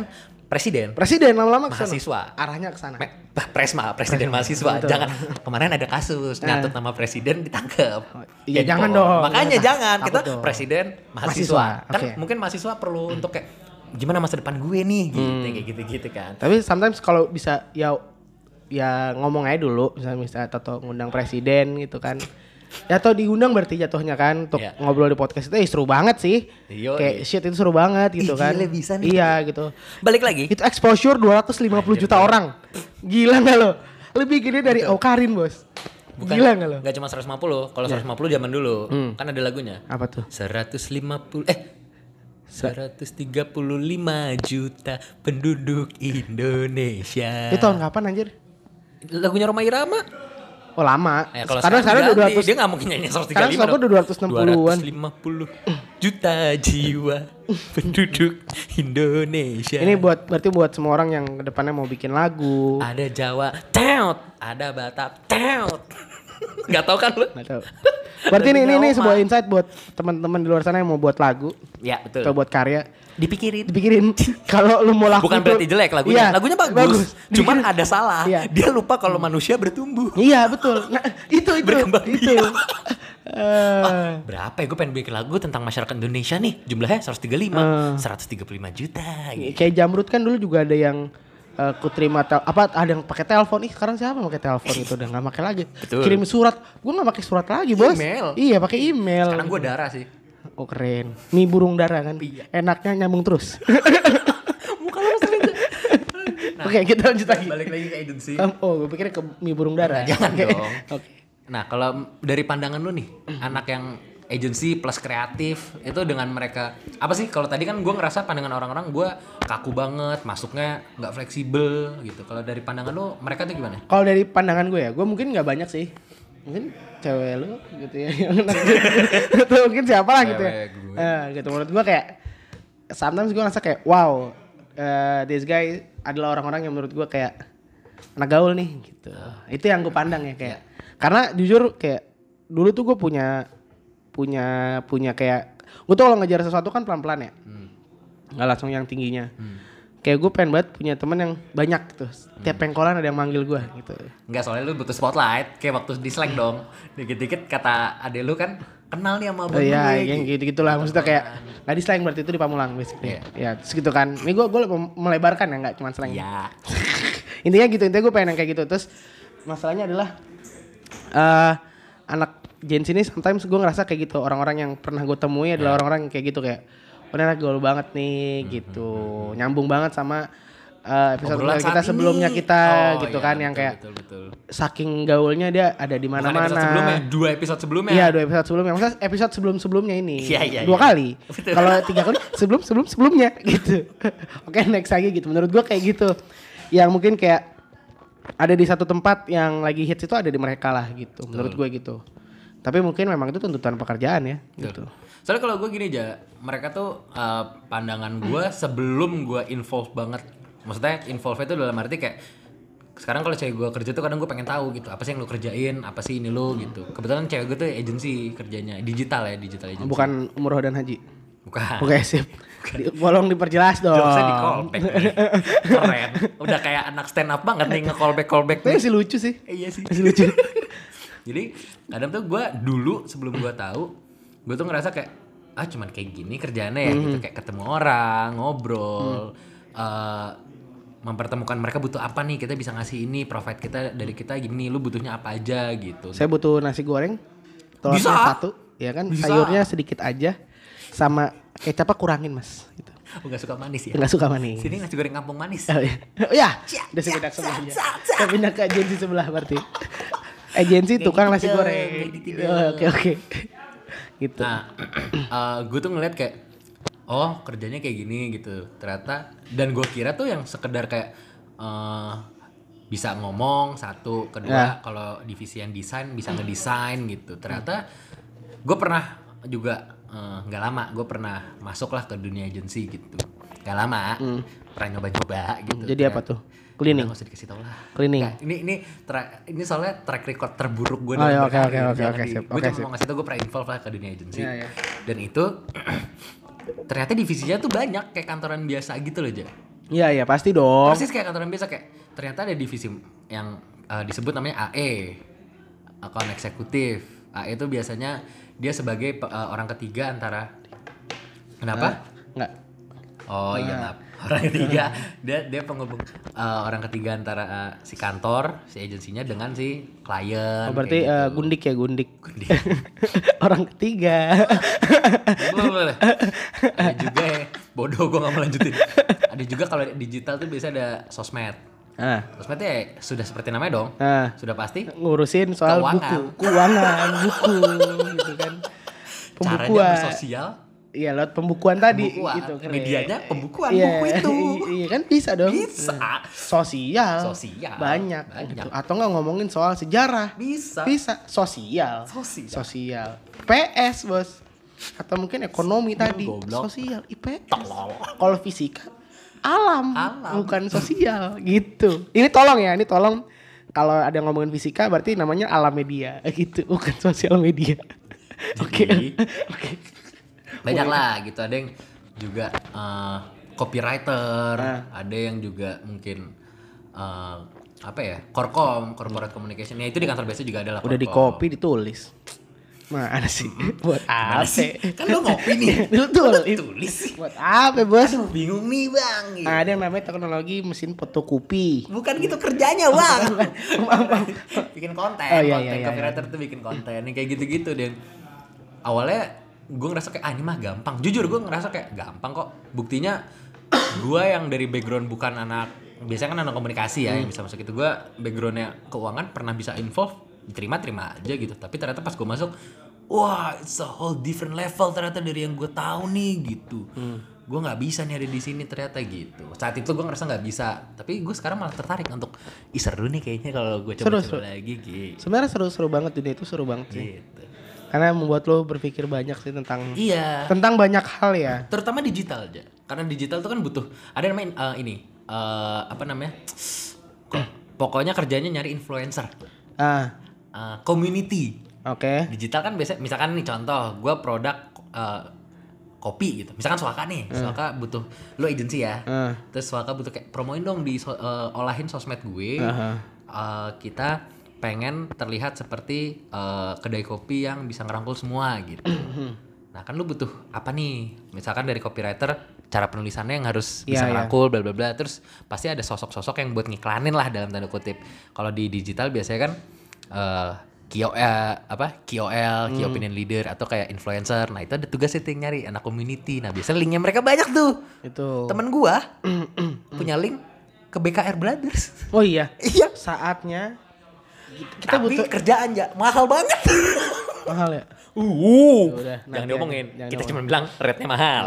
[SPEAKER 1] presiden.
[SPEAKER 2] Presiden lama-lama kesana.
[SPEAKER 1] Mahasiswa.
[SPEAKER 2] Arahnya ke sana.
[SPEAKER 1] Me- Presma, presiden mahasiswa.
[SPEAKER 2] Betul.
[SPEAKER 1] Jangan kemarin ada kasus nyatut nama presiden ditangkap.
[SPEAKER 2] Iya,
[SPEAKER 1] Gitu.
[SPEAKER 2] jangan dong.
[SPEAKER 1] Makanya
[SPEAKER 2] Jangan.
[SPEAKER 1] jangan
[SPEAKER 2] Takut
[SPEAKER 1] kita
[SPEAKER 2] dong.
[SPEAKER 1] presiden mahasiswa.
[SPEAKER 2] Mahasiswa,
[SPEAKER 1] Kan
[SPEAKER 2] oke.
[SPEAKER 1] mungkin mahasiswa perlu untuk kayak gimana masa depan gue nih gitu kayak gitu-gitu kan.
[SPEAKER 2] Tapi sometimes kalau bisa ya ya ngomong aja dulu misalnya misalnya atau ngundang presiden gitu kan. Ya atau diundang berarti jatuhnya kan untuk
[SPEAKER 1] Iya.
[SPEAKER 2] ngobrol di podcast itu eh, seru banget sih.
[SPEAKER 1] Iya,
[SPEAKER 2] Kayak
[SPEAKER 1] iya.
[SPEAKER 2] shit itu seru banget gitu
[SPEAKER 1] Ih,
[SPEAKER 2] kan.
[SPEAKER 1] gila, bisa nih.
[SPEAKER 2] Iya gitu.
[SPEAKER 1] Balik lagi.
[SPEAKER 2] Itu exposure dua ratus lima puluh juta orang. Gila gak lo? Lebih gede dari Aukarin, Bos.
[SPEAKER 1] Bukan,
[SPEAKER 2] Gila gak lo?
[SPEAKER 1] Gak cuma seratus lima puluh. Kalau seratus lima puluh zaman dulu kan ada lagunya.
[SPEAKER 2] Apa tuh?
[SPEAKER 1] seratus lima puluh eh seratus tiga puluh lima juta penduduk Indonesia.
[SPEAKER 2] Itu tahun kapan anjir?
[SPEAKER 1] Lagunya Rhoma Irama.
[SPEAKER 2] Oh lama.
[SPEAKER 1] Eh, kalau
[SPEAKER 2] sekarang sekarang udah dua
[SPEAKER 1] diganti,
[SPEAKER 2] ratus.
[SPEAKER 1] dia gak mungkin nyanyi seratus tiga
[SPEAKER 2] Sekarang
[SPEAKER 1] puluh lima.
[SPEAKER 2] setahu gua udah dua ratus enam puluhan.
[SPEAKER 1] dua ratus lima puluh juta jiwa penduduk Indonesia.
[SPEAKER 2] Ini buat berarti buat semua orang yang kedepannya mau bikin lagu.
[SPEAKER 1] Ada Jawa, teot. Ada Batak, teot. Gak tau kan lu?
[SPEAKER 2] Nggak tahu. Berarti ini ini, ini
[SPEAKER 1] Lagunya
[SPEAKER 2] sebuah
[SPEAKER 1] Oma.
[SPEAKER 2] insight buat teman-teman di luar sana yang mau buat lagu
[SPEAKER 1] Ya betul.
[SPEAKER 2] atau buat karya.
[SPEAKER 1] Dipikirin.
[SPEAKER 2] Dipikirin kalau lu mau laku
[SPEAKER 1] Bukan
[SPEAKER 2] tuh-
[SPEAKER 1] berarti jelek lagunya.
[SPEAKER 2] Iya,
[SPEAKER 1] Lagunya bagus. Cuman
[SPEAKER 2] Dipikirin.
[SPEAKER 1] ada salah.
[SPEAKER 2] Iya.
[SPEAKER 1] Dia lupa kalau manusia bertumbuh.
[SPEAKER 2] Iya betul. Nah, itu itu
[SPEAKER 1] Berkembang
[SPEAKER 2] itu.
[SPEAKER 1] biak.
[SPEAKER 2] Eh,
[SPEAKER 1] Berapa ya gue pengen bikin lagu tentang masyarakat Indonesia nih. Jumlahnya seratus tiga puluh lima. seratus tiga puluh lima juta. Gitu.
[SPEAKER 2] kayak Jamrut kan dulu juga ada yang eh, ku terima tel apa ada yang pakai telepon. Ih sekarang siapa pakai telepon itu udah nggak pakai lagi.
[SPEAKER 1] Betul.
[SPEAKER 2] Kirim surat. Gue nggak pakai surat lagi bos.
[SPEAKER 1] Email.
[SPEAKER 2] Iya pakai email.
[SPEAKER 1] Sekarang gue darah sih.
[SPEAKER 2] Oh keren. Mie burung dara kan.
[SPEAKER 1] Iya.
[SPEAKER 2] Enaknya nyambung terus.
[SPEAKER 1] Muka lu sering.
[SPEAKER 2] Oke kita lanjut lagi.
[SPEAKER 1] Balik lagi ke agency.
[SPEAKER 2] Um, oh gue pikir ke mie burung dara.
[SPEAKER 1] Jangan
[SPEAKER 2] Oke.
[SPEAKER 1] dong.
[SPEAKER 2] Oke.
[SPEAKER 1] Nah kalau dari pandangan lu nih, anak yang agency plus kreatif itu dengan mereka apa sih? Kalau tadi kan gue ngerasa pandangan orang-orang gue kaku banget, masuknya nggak fleksibel gitu. Kalau dari pandangan lu, mereka tuh gimana?
[SPEAKER 2] Kalau dari pandangan gue ya, gue mungkin nggak banyak sih. Mungkin cewek lu gitu ya yang enak atau mungkin siapa lah gitu ya.
[SPEAKER 1] Cewek gue.
[SPEAKER 2] Eh, gitu menurut gue kayak sometimes gue ngerasa kayak wow, eh, this guy adalah orang-orang yang menurut gue kayak anak gaul nih gitu. Itu yang gue pandang ya kayak. Karena jujur kayak dulu tuh gue punya punya punya kayak gue tuh kalau ngejar sesuatu kan pelan-pelan ya.
[SPEAKER 1] Hmm.
[SPEAKER 2] Nggak langsung yang tingginya.
[SPEAKER 1] Hmm.
[SPEAKER 2] Kayak gue pengen banget punya temen yang banyak gitu. Tiap pengkolan ada yang manggil gue gitu.
[SPEAKER 1] Enggak, soalnya lu butuh spotlight. Kayak waktu di Slack dong. Dikit-dikit kata ade lu kan kenal nih sama
[SPEAKER 2] Oh
[SPEAKER 1] abang
[SPEAKER 2] iya,
[SPEAKER 1] gue.
[SPEAKER 2] yang gitu-gitulah maksudnya kayak nggak di slang berarti itu di Pamulang basically.
[SPEAKER 1] Iya.
[SPEAKER 2] Ya, terus gitu kan. Ini gue gue melebarkan ya nggak cuma slang.
[SPEAKER 1] Iya.
[SPEAKER 2] Intinya gitu, intinya gue pengen yang kayak gitu. Terus masalahnya adalah eh anak Gen Z ini sometimes gue ngerasa kayak gitu. Orang-orang yang pernah gue temui adalah
[SPEAKER 1] Iya.
[SPEAKER 2] orang-orang yang kayak gitu kayak udah anak gaul banget nih gitu. Nyambung banget sama eh, episode
[SPEAKER 1] Obrolan
[SPEAKER 2] kita
[SPEAKER 1] saat
[SPEAKER 2] sebelumnya
[SPEAKER 1] ini.
[SPEAKER 2] kita
[SPEAKER 1] Oh,
[SPEAKER 2] gitu
[SPEAKER 1] iya,
[SPEAKER 2] kan
[SPEAKER 1] betul,
[SPEAKER 2] yang kayak
[SPEAKER 1] betul, betul.
[SPEAKER 2] saking gaulnya dia ada di
[SPEAKER 1] Bukan
[SPEAKER 2] mana-mana.
[SPEAKER 1] episode sebelumnya, dua episode sebelumnya.
[SPEAKER 2] Iya dua episode sebelumnya. Maksudnya episode sebelum-sebelumnya ini
[SPEAKER 1] Iya, iya,
[SPEAKER 2] dua
[SPEAKER 1] iya.
[SPEAKER 2] kali.
[SPEAKER 1] Betul.
[SPEAKER 2] Kalau tiga kali sebelum sebelum sebelumnya gitu. Oke next lagi gitu. Menurut gua kayak gitu. Yang mungkin kayak ada di satu tempat yang lagi hits itu ada di mereka lah gitu. Menurut gue gitu. Tapi mungkin memang itu tuntutan pekerjaan ya gitu.
[SPEAKER 1] Soalnya kalau gue gini aja, mereka tuh uh, pandangan gue sebelum gue involve banget. Maksudnya involve itu dalam arti kayak sekarang kalau cewek gue kerja tuh kadang gue pengen tahu gitu apa sih yang lu kerjain, apa sih ini lu gitu. Kebetulan cewek gue tuh agency kerjanya digital ya, digital agency.
[SPEAKER 2] Bukan umroh dan haji.
[SPEAKER 1] Bukan.
[SPEAKER 2] Oke sip. Di, tolong diperjelas dong.
[SPEAKER 1] Jokesnya di callback nih. Keren. Udah kayak anak stand up banget nih nge-callback callback.
[SPEAKER 2] Tapi masih lucu sih.
[SPEAKER 1] Iya sih.
[SPEAKER 2] Masih lucu.
[SPEAKER 1] Jadi kadang tuh gue dulu sebelum gue tahu, gue tuh ngerasa kayak ah cuman kayak gini kerjaannya ya gitu, kayak ketemu orang, ngobrol, eh, mempertemukan mereka butuh apa nih, kita bisa ngasih ini, provide kita dari kita gini, lu butuhnya apa aja gitu.
[SPEAKER 2] Saya butuh nasi goreng. Telurnya
[SPEAKER 1] Bisa.
[SPEAKER 2] satu, ya kan?
[SPEAKER 1] Bisa.
[SPEAKER 2] Sayurnya sedikit aja. Sama kecapnya kurangin mas. Gitu.
[SPEAKER 1] Oh, gak suka manis ya?
[SPEAKER 2] Nggak suka manis.
[SPEAKER 1] Sini nasi goreng kampung manis.
[SPEAKER 2] Oh iya, oh, iya. Udah saya pindah ke sebelahnya. Saya pindah ke agensi sebelah berarti. Agensi tukang nasi
[SPEAKER 1] gitu
[SPEAKER 2] goreng.
[SPEAKER 1] dong, kayak gitu
[SPEAKER 2] Oh,
[SPEAKER 1] dong.
[SPEAKER 2] Oke oke. Gitu.
[SPEAKER 1] Nah, uh, gue tuh ngeliat kayak, oh kerjanya kayak gini gitu. Ternyata, dan gue kira tuh yang sekedar kayak uh, bisa ngomong satu, kedua
[SPEAKER 2] Ya.
[SPEAKER 1] kalau divisi yang desain bisa ngedesain gitu. Ternyata gue pernah juga nggak uh, lama, gue pernah masuk lah ke dunia agency gitu. Gak lama, pernah nyoba-nyoba gitu.
[SPEAKER 2] Jadi apa tuh? Cleaning.
[SPEAKER 1] Nggak usah dikasih tau lah.
[SPEAKER 2] Cleaning.
[SPEAKER 1] Nggak, ini ini tra- ini soalnya track record terburuk gue
[SPEAKER 2] Oh, iya,
[SPEAKER 1] dalam
[SPEAKER 2] oke,
[SPEAKER 1] berkarir.
[SPEAKER 2] oke, oke,
[SPEAKER 1] Jangan
[SPEAKER 2] oke,
[SPEAKER 1] di-
[SPEAKER 2] sip,
[SPEAKER 1] Gue
[SPEAKER 2] oke,
[SPEAKER 1] cuma
[SPEAKER 2] sip.
[SPEAKER 1] mau ngasih tau gue pernah involve lah ke dunia agency.
[SPEAKER 2] Iya, iya.
[SPEAKER 1] Dan itu ternyata divisinya tuh banyak kayak kantoran biasa gitu loh, Ja.
[SPEAKER 2] Iya iya pasti dong.
[SPEAKER 1] Persis kayak kantoran biasa, kayak ternyata ada divisi yang uh, disebut namanya A E, account eksekutif. A E itu biasanya dia sebagai uh, orang ketiga antara kenapa?
[SPEAKER 2] Enggak.
[SPEAKER 1] Oh iya maaf. Orang ketiga dia dia penghubung uh, orang ketiga antara uh, si kantor, si agensinya dengan si klien.
[SPEAKER 2] Oh, berarti
[SPEAKER 1] kayak
[SPEAKER 2] uh,
[SPEAKER 1] gitu.
[SPEAKER 2] gundik ya gundik.
[SPEAKER 1] Gundik.
[SPEAKER 2] Orang ketiga.
[SPEAKER 1] Boleh, boleh. Ada juga ya, bodoh gue gak mau lanjutin. Ada juga kalau digital tuh biasa ada sosmed.
[SPEAKER 2] Ah.
[SPEAKER 1] Sosmed ya sudah seperti namanya dong.
[SPEAKER 2] Ah.
[SPEAKER 1] Sudah pasti
[SPEAKER 2] Ngurusin soal
[SPEAKER 1] Keuangan.
[SPEAKER 2] buku, keuangan, buku gitu kan.
[SPEAKER 1] caranya
[SPEAKER 2] Pembukuan.
[SPEAKER 1] bersosial.
[SPEAKER 2] Iya, lewat pembukuan tadi
[SPEAKER 1] Pembukuan.
[SPEAKER 2] gitu keren.
[SPEAKER 1] Medianya pembukuan
[SPEAKER 2] Iya,
[SPEAKER 1] buku itu.
[SPEAKER 2] Iya kan bisa dong.
[SPEAKER 1] Bisa.
[SPEAKER 2] Sosial.
[SPEAKER 1] Sosial.
[SPEAKER 2] Banyak,
[SPEAKER 1] Banyak.
[SPEAKER 2] gitu. Atau enggak ngomongin soal sejarah.
[SPEAKER 1] Bisa.
[SPEAKER 2] Bisa. Sosial.
[SPEAKER 1] Sosial.
[SPEAKER 2] Sosial. P S, Bos. Atau mungkin ekonomi tadi.
[SPEAKER 1] goblok.
[SPEAKER 2] Sosial, I P S.
[SPEAKER 1] Tolol.
[SPEAKER 2] Kalau fisika alam,
[SPEAKER 1] Alam.
[SPEAKER 2] bukan sosial gitu. Ini tolong ya, ini tolong kalau ada yang ngomongin fisika berarti namanya alam media gitu, bukan sosial media. Oke.
[SPEAKER 1] Jadi,
[SPEAKER 2] Oke.
[SPEAKER 1] banyak lah gitu, ada yang juga uh, copywriter,
[SPEAKER 2] Ah.
[SPEAKER 1] ada yang juga mungkin uh, apa ya, korkom, corporate communication. Ya itu di kantor biasa juga ada lah.
[SPEAKER 2] Udah di
[SPEAKER 1] korkom.
[SPEAKER 2] copy ditulis. Mana sih? Buat
[SPEAKER 1] Gimana
[SPEAKER 2] apa?
[SPEAKER 1] sih? Kan lo ngopi nih.
[SPEAKER 2] Lu tulis.
[SPEAKER 1] Tulis sih.
[SPEAKER 2] Buat apa, Bos?
[SPEAKER 1] Aduh, bingung nih bang. Gitu.
[SPEAKER 2] Ada yang namanya teknologi mesin fotokopi.
[SPEAKER 1] Bukan gitu kerjanya bang. Bikin konten.
[SPEAKER 2] Oh, iya,
[SPEAKER 1] konten
[SPEAKER 2] iya, iya,
[SPEAKER 1] copywriter tuh bikin konten. Yang kayak gitu-gitu dan awalnya gue ngerasa kayak ah ini mah gampang. Jujur gue ngerasa kayak gampang kok. Buktinya gue yang dari background bukan anak, biasanya kan anak komunikasi ya, hmm. yang bisa masuk itu. Gue backgroundnya keuangan, pernah bisa info, diterima-terima aja gitu. Tapi ternyata pas gue masuk, wah it's a whole different level ternyata dari yang gue tahu nih gitu. Hmm. Gue nggak bisa nih ada di sini ternyata gitu. Saat itu gue ngerasa nggak bisa, tapi gue sekarang malah tertarik untuk ih seru nih kayaknya kalau gue coba-coba lagi gitu.
[SPEAKER 2] Sebenarnya seru-seru banget, dunia itu seru banget sih.
[SPEAKER 1] Gitu.
[SPEAKER 2] Karena membuat lo berpikir banyak sih tentang
[SPEAKER 1] Iya.
[SPEAKER 2] tentang banyak hal ya.
[SPEAKER 1] Terutama digital aja. Karena digital tuh kan butuh ada namanya uh, ini uh, apa namanya? Pokoknya kerjanya nyari influencer.
[SPEAKER 2] Ah,
[SPEAKER 1] Uh, community.
[SPEAKER 2] oke.
[SPEAKER 1] Digital kan biasa misalkan nih contoh, gue produk uh, kopi gitu. Misalkan Swaka nih, Swaka butuh lo agency ya.
[SPEAKER 2] Uh.
[SPEAKER 1] Terus Swaka butuh kayak promoin dong di so, uh, olahin sosmed gue.
[SPEAKER 2] Uh-huh.
[SPEAKER 1] Uh, kita pengen terlihat seperti uh, kedai kopi yang bisa ngerangkul semua gitu. Nah kan lu butuh apa nih? Misalkan dari copywriter, cara penulisannya yang harus bisa
[SPEAKER 2] Iya,
[SPEAKER 1] ngerangkul, bla bla bla. Terus pasti ada sosok-sosok yang buat ngiklanin lah dalam tanda kutip. Kalau di digital biasanya kan uh, K O L, apa K O L, Key Opinion Leader atau kayak influencer. Nah itu ada tugas itu yang nyari anak community. Nah biasanya linknya mereka banyak tuh.
[SPEAKER 2] Itu.
[SPEAKER 1] Temen gua punya link ke B K R Brothers.
[SPEAKER 2] Oh iya.
[SPEAKER 1] Iya.
[SPEAKER 2] Saatnya kita
[SPEAKER 1] Tapi
[SPEAKER 2] butuh
[SPEAKER 1] kerjaan ya mahal banget.
[SPEAKER 2] mahal ya.
[SPEAKER 1] Uh,
[SPEAKER 2] Udah,
[SPEAKER 1] jangan
[SPEAKER 2] nah,
[SPEAKER 1] diomongin.
[SPEAKER 2] jangan
[SPEAKER 1] Kita
[SPEAKER 2] diomongin.
[SPEAKER 1] cuma bilang rate-nya mahal.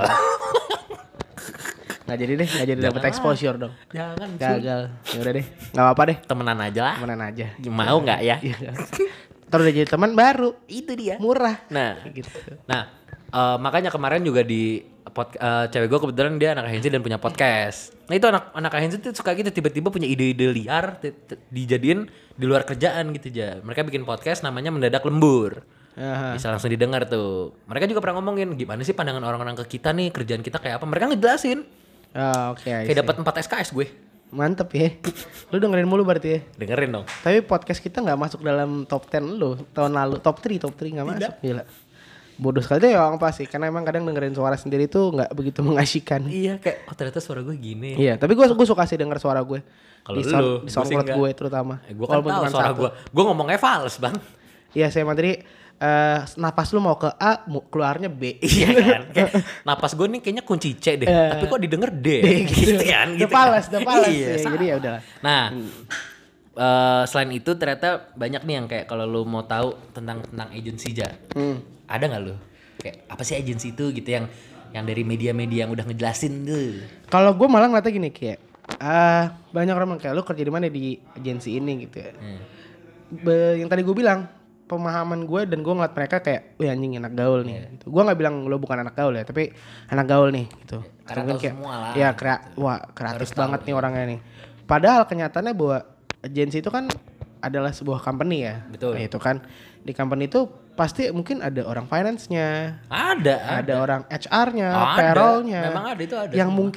[SPEAKER 2] Nggak jadi deh, nggak jadi dapat
[SPEAKER 1] Jangan
[SPEAKER 2] exposure dong.
[SPEAKER 1] Jangan.
[SPEAKER 2] Gagal. Ya udah deh, nggak apa-apa deh.
[SPEAKER 1] Temenan aja lah.
[SPEAKER 2] Temenan aja.
[SPEAKER 1] Mau nggak ya?
[SPEAKER 2] Iya. Terus udah jadi teman baru,
[SPEAKER 1] Itu dia.
[SPEAKER 2] murah.
[SPEAKER 1] Nah,
[SPEAKER 2] Gitu.
[SPEAKER 1] nah uh, makanya kemarin juga di pod, uh, cewek gue kebetulan dia anak agensi dan punya podcast. Nah itu anak anak agensi tuh suka gitu tiba-tiba punya ide-ide liar t- t- dijadiin di luar kerjaan gitu aja. Mereka bikin podcast namanya Mendadak Lembur.
[SPEAKER 2] Aha.
[SPEAKER 1] Bisa langsung didengar tuh. Mereka juga pernah ngomongin gimana sih pandangan orang-orang ke kita nih, kerjaan kita kayak apa. Mereka ngejelasin.
[SPEAKER 2] Oh, oke. I see.
[SPEAKER 1] Kayak dapat empat S K S gue.
[SPEAKER 2] Mantep ya. Lu dengerin mulu berarti ya.
[SPEAKER 1] Dengerin dong.
[SPEAKER 2] Tapi podcast kita nggak masuk dalam top sepuluh lu tahun lalu. Top tiga, top tiga nggak masuk. Gila. Bodoh sekali deh orang pasti. Karena emang kadang dengerin suara sendiri tuh nggak begitu mengasyikan.
[SPEAKER 1] Iya kayak oh ternyata suara gue gini.
[SPEAKER 2] Iya, tapi gue gue suka sih denger suara gue.
[SPEAKER 1] Kalau
[SPEAKER 2] di
[SPEAKER 1] lu,
[SPEAKER 2] sound,
[SPEAKER 1] gua
[SPEAKER 2] di
[SPEAKER 1] sih
[SPEAKER 2] SoundCloud
[SPEAKER 1] enggak.
[SPEAKER 2] gue terutama.
[SPEAKER 1] Eh, gue kan
[SPEAKER 2] Walaupun
[SPEAKER 1] tahu
[SPEAKER 2] cuma
[SPEAKER 1] suara
[SPEAKER 2] satu.
[SPEAKER 1] gue. Gue ngomongnya fals bang.
[SPEAKER 2] Iya, saya materi eh napas lu mau ke A, mu- keluarnya B.
[SPEAKER 1] Iya kan. Kayak, napas gue nih kayaknya kunci C deh.
[SPEAKER 2] Eh,
[SPEAKER 1] Tapi kok didengar D.
[SPEAKER 2] D gitu.
[SPEAKER 1] kan.
[SPEAKER 2] Udah
[SPEAKER 1] Gitu
[SPEAKER 2] pales,
[SPEAKER 1] kan.
[SPEAKER 2] udah pales.
[SPEAKER 1] Iya,
[SPEAKER 2] Ya,
[SPEAKER 1] sama.
[SPEAKER 2] jadi ya udahlah.
[SPEAKER 1] Nah, eh, selain itu ternyata banyak nih yang kayak kalau lu mau tahu tentang tentang agensi aja.
[SPEAKER 2] Hmm.
[SPEAKER 1] Ada nggak lu? Kayak apa sih agensi itu gitu yang yang dari media-media yang udah ngejelasin tuh.
[SPEAKER 2] Kalau gue malah ngeliatnya gini kayak ah banyak orang bilang kayak lu kerja di mana di agensi ini gitu ya.
[SPEAKER 1] Hmm.
[SPEAKER 2] Be- yang tadi gue bilang pemahaman gue dan gue ngeliat mereka kayak, wih anjing anak gaul nih.
[SPEAKER 1] Yeah.
[SPEAKER 2] Gitu. Gue nggak bilang lo bukan anak gaul ya, tapi anak gaul nih gitu.
[SPEAKER 1] Karena
[SPEAKER 2] Mungkin
[SPEAKER 1] tahu semua lah,
[SPEAKER 2] ya
[SPEAKER 1] gitu.
[SPEAKER 2] krea- wah kreatif
[SPEAKER 1] Harus tahu,
[SPEAKER 2] banget nih
[SPEAKER 1] iya.
[SPEAKER 2] orangnya nih. Padahal kenyataannya bahwa agensi itu kan adalah sebuah company ya.
[SPEAKER 1] Betul.
[SPEAKER 2] Nah, itu kan di company itu pasti mungkin ada orang finance-nya,
[SPEAKER 1] Ada,
[SPEAKER 2] ada, orang H R-nya,
[SPEAKER 1] Ada.
[SPEAKER 2] payroll-nya.
[SPEAKER 1] Memang ada itu ada
[SPEAKER 2] Yang
[SPEAKER 1] semua.
[SPEAKER 2] mungkin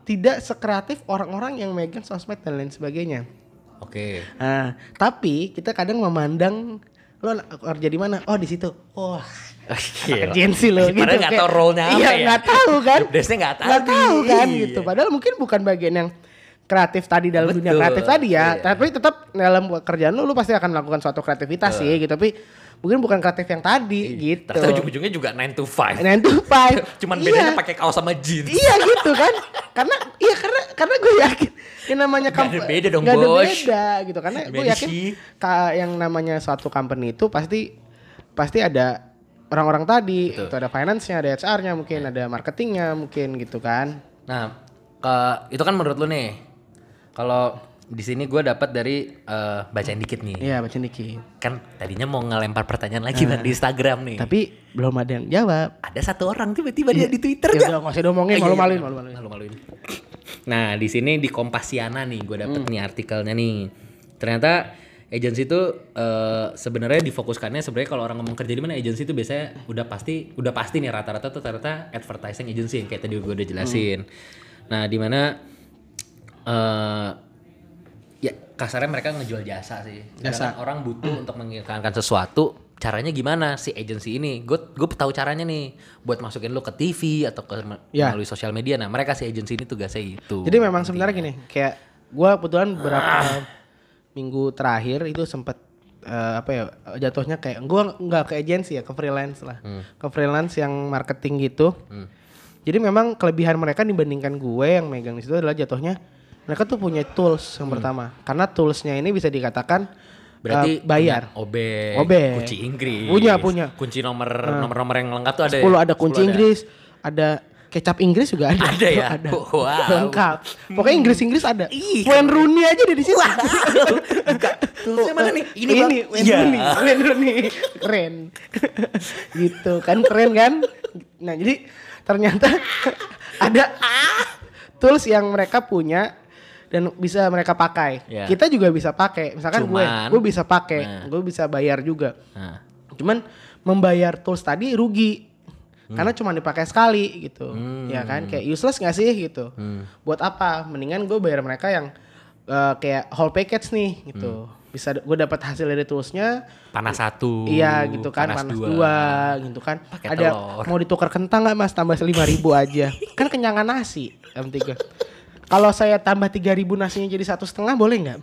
[SPEAKER 2] tidak sekreatif orang-orang yang megang sosmed dan lain sebagainya.
[SPEAKER 1] Oke.
[SPEAKER 2] Nah, tapi kita kadang memandang lo kerja di mana? Oh di situ. Wah, agensi lo gitu.
[SPEAKER 1] Padahal nggak tahu role-nya apa
[SPEAKER 2] iya,
[SPEAKER 1] ya.
[SPEAKER 2] Nggak tahu kan?
[SPEAKER 1] Biasanya nggak tahu.
[SPEAKER 2] Nggak tahu kan
[SPEAKER 1] Iya.
[SPEAKER 2] gitu. Padahal mungkin bukan bagian yang kreatif tadi dalam
[SPEAKER 1] Betul.
[SPEAKER 2] dunia kreatif tadi ya.
[SPEAKER 1] Iya.
[SPEAKER 2] Tapi tetap dalam kerjaan lo, lo pasti akan melakukan suatu kreativitas sih gitu. Tapi mungkin bukan kreatif yang tadi gitu.
[SPEAKER 1] Ternyata ujung-ujungnya juga nine to five.
[SPEAKER 2] nine to five.
[SPEAKER 1] Cuman bedanya
[SPEAKER 2] Iya.
[SPEAKER 1] pakai kaos sama jeans.
[SPEAKER 2] Iya gitu kan. Karena iya karena karena gue yakin yang namanya
[SPEAKER 1] Nggak ada
[SPEAKER 2] comp-
[SPEAKER 1] beda dong,
[SPEAKER 2] nggak ada
[SPEAKER 1] Bos.
[SPEAKER 2] beda gitu. Karena gue
[SPEAKER 1] Beda
[SPEAKER 2] yakin
[SPEAKER 1] sih.
[SPEAKER 2] ka- yang namanya suatu company itu pasti pasti ada orang-orang tadi.
[SPEAKER 1] Betul.
[SPEAKER 2] Itu ada finance-nya, ada H R-nya mungkin, ada marketingnya mungkin gitu kan.
[SPEAKER 1] Nah, ke itu kan menurut lu nih. Kalau di sini gue dapat dari eh, bacain dikit nih.
[SPEAKER 2] Iya baca dikit.
[SPEAKER 1] Kan tadinya mau ngelempar pertanyaan lagi Bang, di Instagram nih.
[SPEAKER 2] Tapi belum ada yang jawab.
[SPEAKER 1] Ada satu orang tiba-tiba dia di Twitter
[SPEAKER 2] Ya
[SPEAKER 1] gak?
[SPEAKER 2] udah nggak usah diomongin,
[SPEAKER 1] Oh, iya,
[SPEAKER 2] malu-maluin,
[SPEAKER 1] iya.
[SPEAKER 2] malu-maluin.
[SPEAKER 1] Malu-maluin. Nah, di sini di Kompasiana nih gue dapet nih artikelnya nih. Ternyata agensi itu eh, sebenarnya difokuskannya sebenarnya kalau orang ngomong kerja di mana agensi itu biasanya udah pasti udah pasti nih rata-rata tuh ternyata advertising agency yang kayak tadi gue udah jelasin. Nah, di mana eh ya kasarnya mereka ngejual jasa sih.
[SPEAKER 2] Jasa.
[SPEAKER 1] Kadang orang butuh untuk mengiklankan sesuatu, caranya gimana si agensi ini? Gue gue tahu caranya nih buat masukin lo ke T V atau ke
[SPEAKER 2] Ya.
[SPEAKER 1] melalui sosial media. Nah, mereka si agensi ini tugasnya itu.
[SPEAKER 2] Jadi memang sebenarnya gini, kayak gue kebetulan beberapa minggu terakhir itu sempet eh, apa ya jatuhnya kayak gue nggak ke agensi ya, ke freelance lah, ke freelance yang marketing gitu.
[SPEAKER 1] Hmm.
[SPEAKER 2] Jadi memang kelebihan mereka dibandingkan gue yang megang di situ adalah jatuhnya mereka tuh punya tools yang pertama, karena toolsnya ini bisa dikatakan
[SPEAKER 1] Berarti
[SPEAKER 2] eh, bayar.
[SPEAKER 1] punya obek,
[SPEAKER 2] Obek.
[SPEAKER 1] kunci Inggris.
[SPEAKER 2] Punya, punya.
[SPEAKER 1] Kunci nomor nomor-nomor yang lengkap tuh ada.
[SPEAKER 2] sepuluh
[SPEAKER 1] ya?
[SPEAKER 2] ada kunci
[SPEAKER 1] sepuluh
[SPEAKER 2] Inggris, ada kecap Inggris juga ada.
[SPEAKER 1] Ada ya?
[SPEAKER 2] ada.
[SPEAKER 1] Wow.
[SPEAKER 2] Lengkap. Pokoknya Inggris-Inggris ada.
[SPEAKER 1] Ih,
[SPEAKER 2] Wayne Rooney aja ada di situ.
[SPEAKER 1] Toolsnya mana nih? Ini,
[SPEAKER 2] Ini,
[SPEAKER 1] Bang.
[SPEAKER 2] Wayne
[SPEAKER 1] Iya.
[SPEAKER 2] Rooney, Wayne Rooney. Keren. Gitu kan, keren kan? Nah, jadi ternyata ada tools yang mereka punya dan bisa mereka pakai.
[SPEAKER 1] Ya.
[SPEAKER 2] Kita juga bisa pakai. Misalkan
[SPEAKER 1] Cuman-
[SPEAKER 2] gue, gue bisa pakai,
[SPEAKER 1] Nah.
[SPEAKER 2] gue bisa bayar juga.
[SPEAKER 1] Nah,
[SPEAKER 2] Cuman membayar tools tadi rugi. Karena cuma dipakai sekali gitu.
[SPEAKER 1] Hmm.
[SPEAKER 2] Ya kan, kayak useless gak sih gitu.
[SPEAKER 1] Hmm.
[SPEAKER 2] Buat apa? Mendingan gue bayar mereka yang eh, kayak whole package nih gitu. Bisa gue dapat hasil dari toolsnya.
[SPEAKER 1] panas satu.
[SPEAKER 2] Iya gitu kan, panas, dua. gitu kan.
[SPEAKER 1] Pakai
[SPEAKER 2] Ada
[SPEAKER 1] telur.
[SPEAKER 2] mau ditukar kentang nggak Mas, tambah lima ribu aja. Kan kenyangan nasi M tiga. Kalau saya tambah tiga ribu nasinya jadi satu setengah boleh nggak?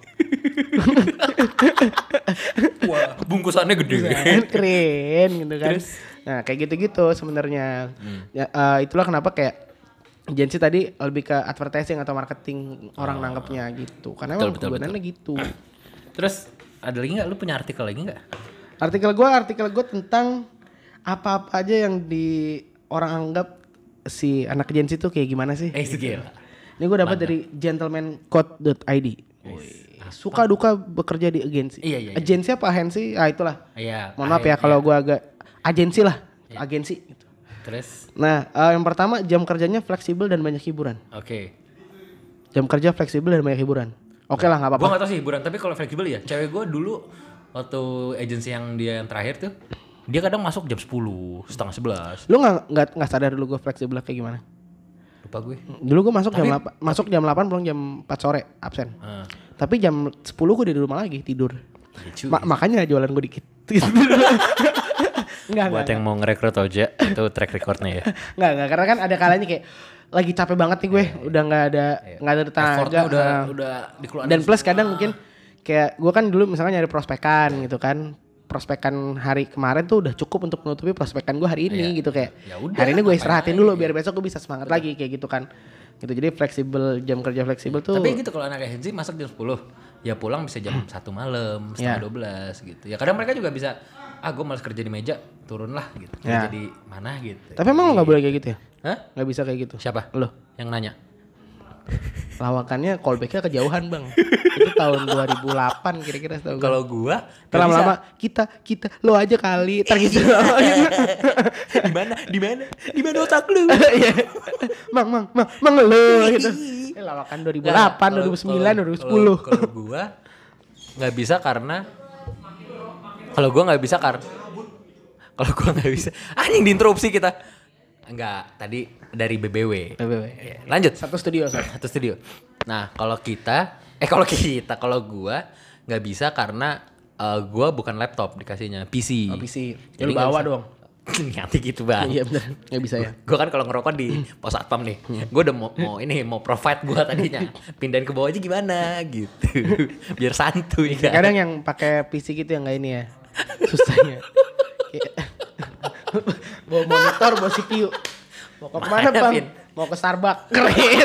[SPEAKER 1] Wah, bungkusannya gede.
[SPEAKER 2] Kan keren gitu kan.
[SPEAKER 1] Terus?
[SPEAKER 2] Nah kayak gitu-gitu sebenarnya. Ya, eh, itulah kenapa kayak agensi tadi lebih ke advertising atau marketing orang nanggapnya gitu. Karena
[SPEAKER 1] Betul,
[SPEAKER 2] emang
[SPEAKER 1] betul,
[SPEAKER 2] kegunaannya gitu.
[SPEAKER 1] Terus ada lagi nggak? Lu punya artikel lagi nggak?
[SPEAKER 2] Artikel gue, artikel gue tentang apa-apa aja yang di orang anggap si anak agensi tuh kayak gimana sih?
[SPEAKER 1] Eh, gila.
[SPEAKER 2] Ini gue dapat dari gentlemancode dot i d. Suka duka bekerja di agensi.
[SPEAKER 1] Iya, iya, iya.
[SPEAKER 2] Agensi apa agensi? Ah itulah.
[SPEAKER 1] Iya.
[SPEAKER 2] Mohon maaf ya kalau gue agak agensi lah, agensi. Gitu.
[SPEAKER 1] Terus,
[SPEAKER 2] Nah, eh, yang pertama jam kerjanya fleksibel dan banyak hiburan.
[SPEAKER 1] oke.
[SPEAKER 2] Jam kerja fleksibel dan banyak hiburan. Oke lah, nggak
[SPEAKER 1] Gue
[SPEAKER 2] apa-apa.
[SPEAKER 1] gak tau sih hiburan, tapi kalau fleksibel ya. Cewek gue dulu waktu agensi yang dia yang terakhir tuh, dia kadang masuk jam sepuluh, setengah sebelas.
[SPEAKER 2] Lu nggak nggak nggak sadar dulu gue fleksibel kayak gimana?
[SPEAKER 1] Lupa gue.
[SPEAKER 2] Dulu gue masuk jam delapan, masuk jam delapan pulang jam empat sore absen.
[SPEAKER 1] Ah,
[SPEAKER 2] Tapi jam sepuluh gue di rumah lagi tidur.
[SPEAKER 1] lucu.
[SPEAKER 2] Ma- makanya jualan gue dikit. Enggak,
[SPEAKER 1] Buat
[SPEAKER 2] enggak.
[SPEAKER 1] yang mau ngerekrut aja, itu track recordnya ya.
[SPEAKER 2] Enggak, enggak, karena kan ada kalanya kayak lagi capek banget nih gue, udah nggak ada nggak ada tenaga.
[SPEAKER 1] Effortnya udah
[SPEAKER 2] nah.
[SPEAKER 1] udah dikeluarin.
[SPEAKER 2] Dan plus kadang mungkin kayak gue kan dulu misalkan nyari prospekan gitu kan. Prospekan hari kemarin tuh udah cukup untuk menutupi prospekan gue hari ini
[SPEAKER 1] Iya.
[SPEAKER 2] gitu kayak.
[SPEAKER 1] Ya udah,
[SPEAKER 2] hari ini gue
[SPEAKER 1] ngapain
[SPEAKER 2] istirahatin
[SPEAKER 1] lagi.
[SPEAKER 2] dulu biar besok gue bisa semangat lagi kayak gitu kan. Gitu. Jadi fleksibel, jam kerja fleksibel tuh.
[SPEAKER 1] Tapi gitu kalau anak agensi masuk jam sepuluh, ya pulang bisa jam satu malam, setengah
[SPEAKER 2] Ya.
[SPEAKER 1] dua belas gitu. Ya kadang mereka juga bisa, ah gue males kerja di meja, turun lah gitu.
[SPEAKER 2] Ya.
[SPEAKER 1] Kerja di mana gitu.
[SPEAKER 2] Tapi emang lo nggak boleh kayak gitu ya?
[SPEAKER 1] Hah?
[SPEAKER 2] Nggak bisa kayak gitu.
[SPEAKER 1] Siapa?
[SPEAKER 2] Lo
[SPEAKER 1] Yang nanya?
[SPEAKER 2] lawakannya callbacknya kejauhan bang. Itu tahun dua ribu delapan kira-kira setahu gue.
[SPEAKER 1] Kalau gua
[SPEAKER 2] Terlalu lama kita kita lo aja kali ntar gitu.
[SPEAKER 1] di mana? Di mana? Di mana otak lu?
[SPEAKER 2] Iya. Mang mang mang mang lo gitu. Eh, lawakan dua ribu delapan, dua ribu sembilan, dua ribu sepuluh.
[SPEAKER 1] Kalau kalau gua nggak bisa karena kalau gua nggak bisa karena kalau gua nggak bisa anjing diinterupsi kita. Enggak, tadi dari B B W.
[SPEAKER 2] B B W.
[SPEAKER 1] Ya, lanjut.
[SPEAKER 2] Satu studio, so.
[SPEAKER 1] Satu studio. Nah, kalau kita eh kalau kita kalau gua nggak bisa karena uh, gua bukan laptop dikasihnya P C.
[SPEAKER 2] Oh, P C.
[SPEAKER 1] Jadi
[SPEAKER 2] Lu bawa dong.
[SPEAKER 1] Nanti gitu bang.
[SPEAKER 2] Iya benar, nggak bisa ya.
[SPEAKER 1] Gue kan kalau ngerokok di pos satpam nih, gue udah mau, mau ini mau provide gue tadinya, pindahin ke bawah aja gimana gitu, biar santuy kan.
[SPEAKER 2] Kadang yang pakai P C gitu yang nggak ini ya, susahnya. Bawa monitor, bawa C P U. Mau ke mana bang?
[SPEAKER 1] Pin?
[SPEAKER 2] Mau ke Starbucks. Keren.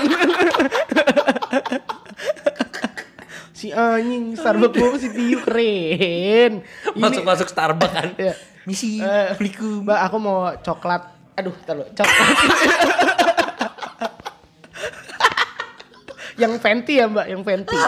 [SPEAKER 2] Si anjing Starbucks bawa C P U keren.
[SPEAKER 1] Masuk-masuk Starbucks kan.
[SPEAKER 2] Ya.
[SPEAKER 1] Misi,
[SPEAKER 2] Uh,
[SPEAKER 1] Assalamualaikum.
[SPEAKER 2] Mbak, aku mau coklat. Aduh, taruh coklat. Yang Fenty ya mbak, yang Fenty.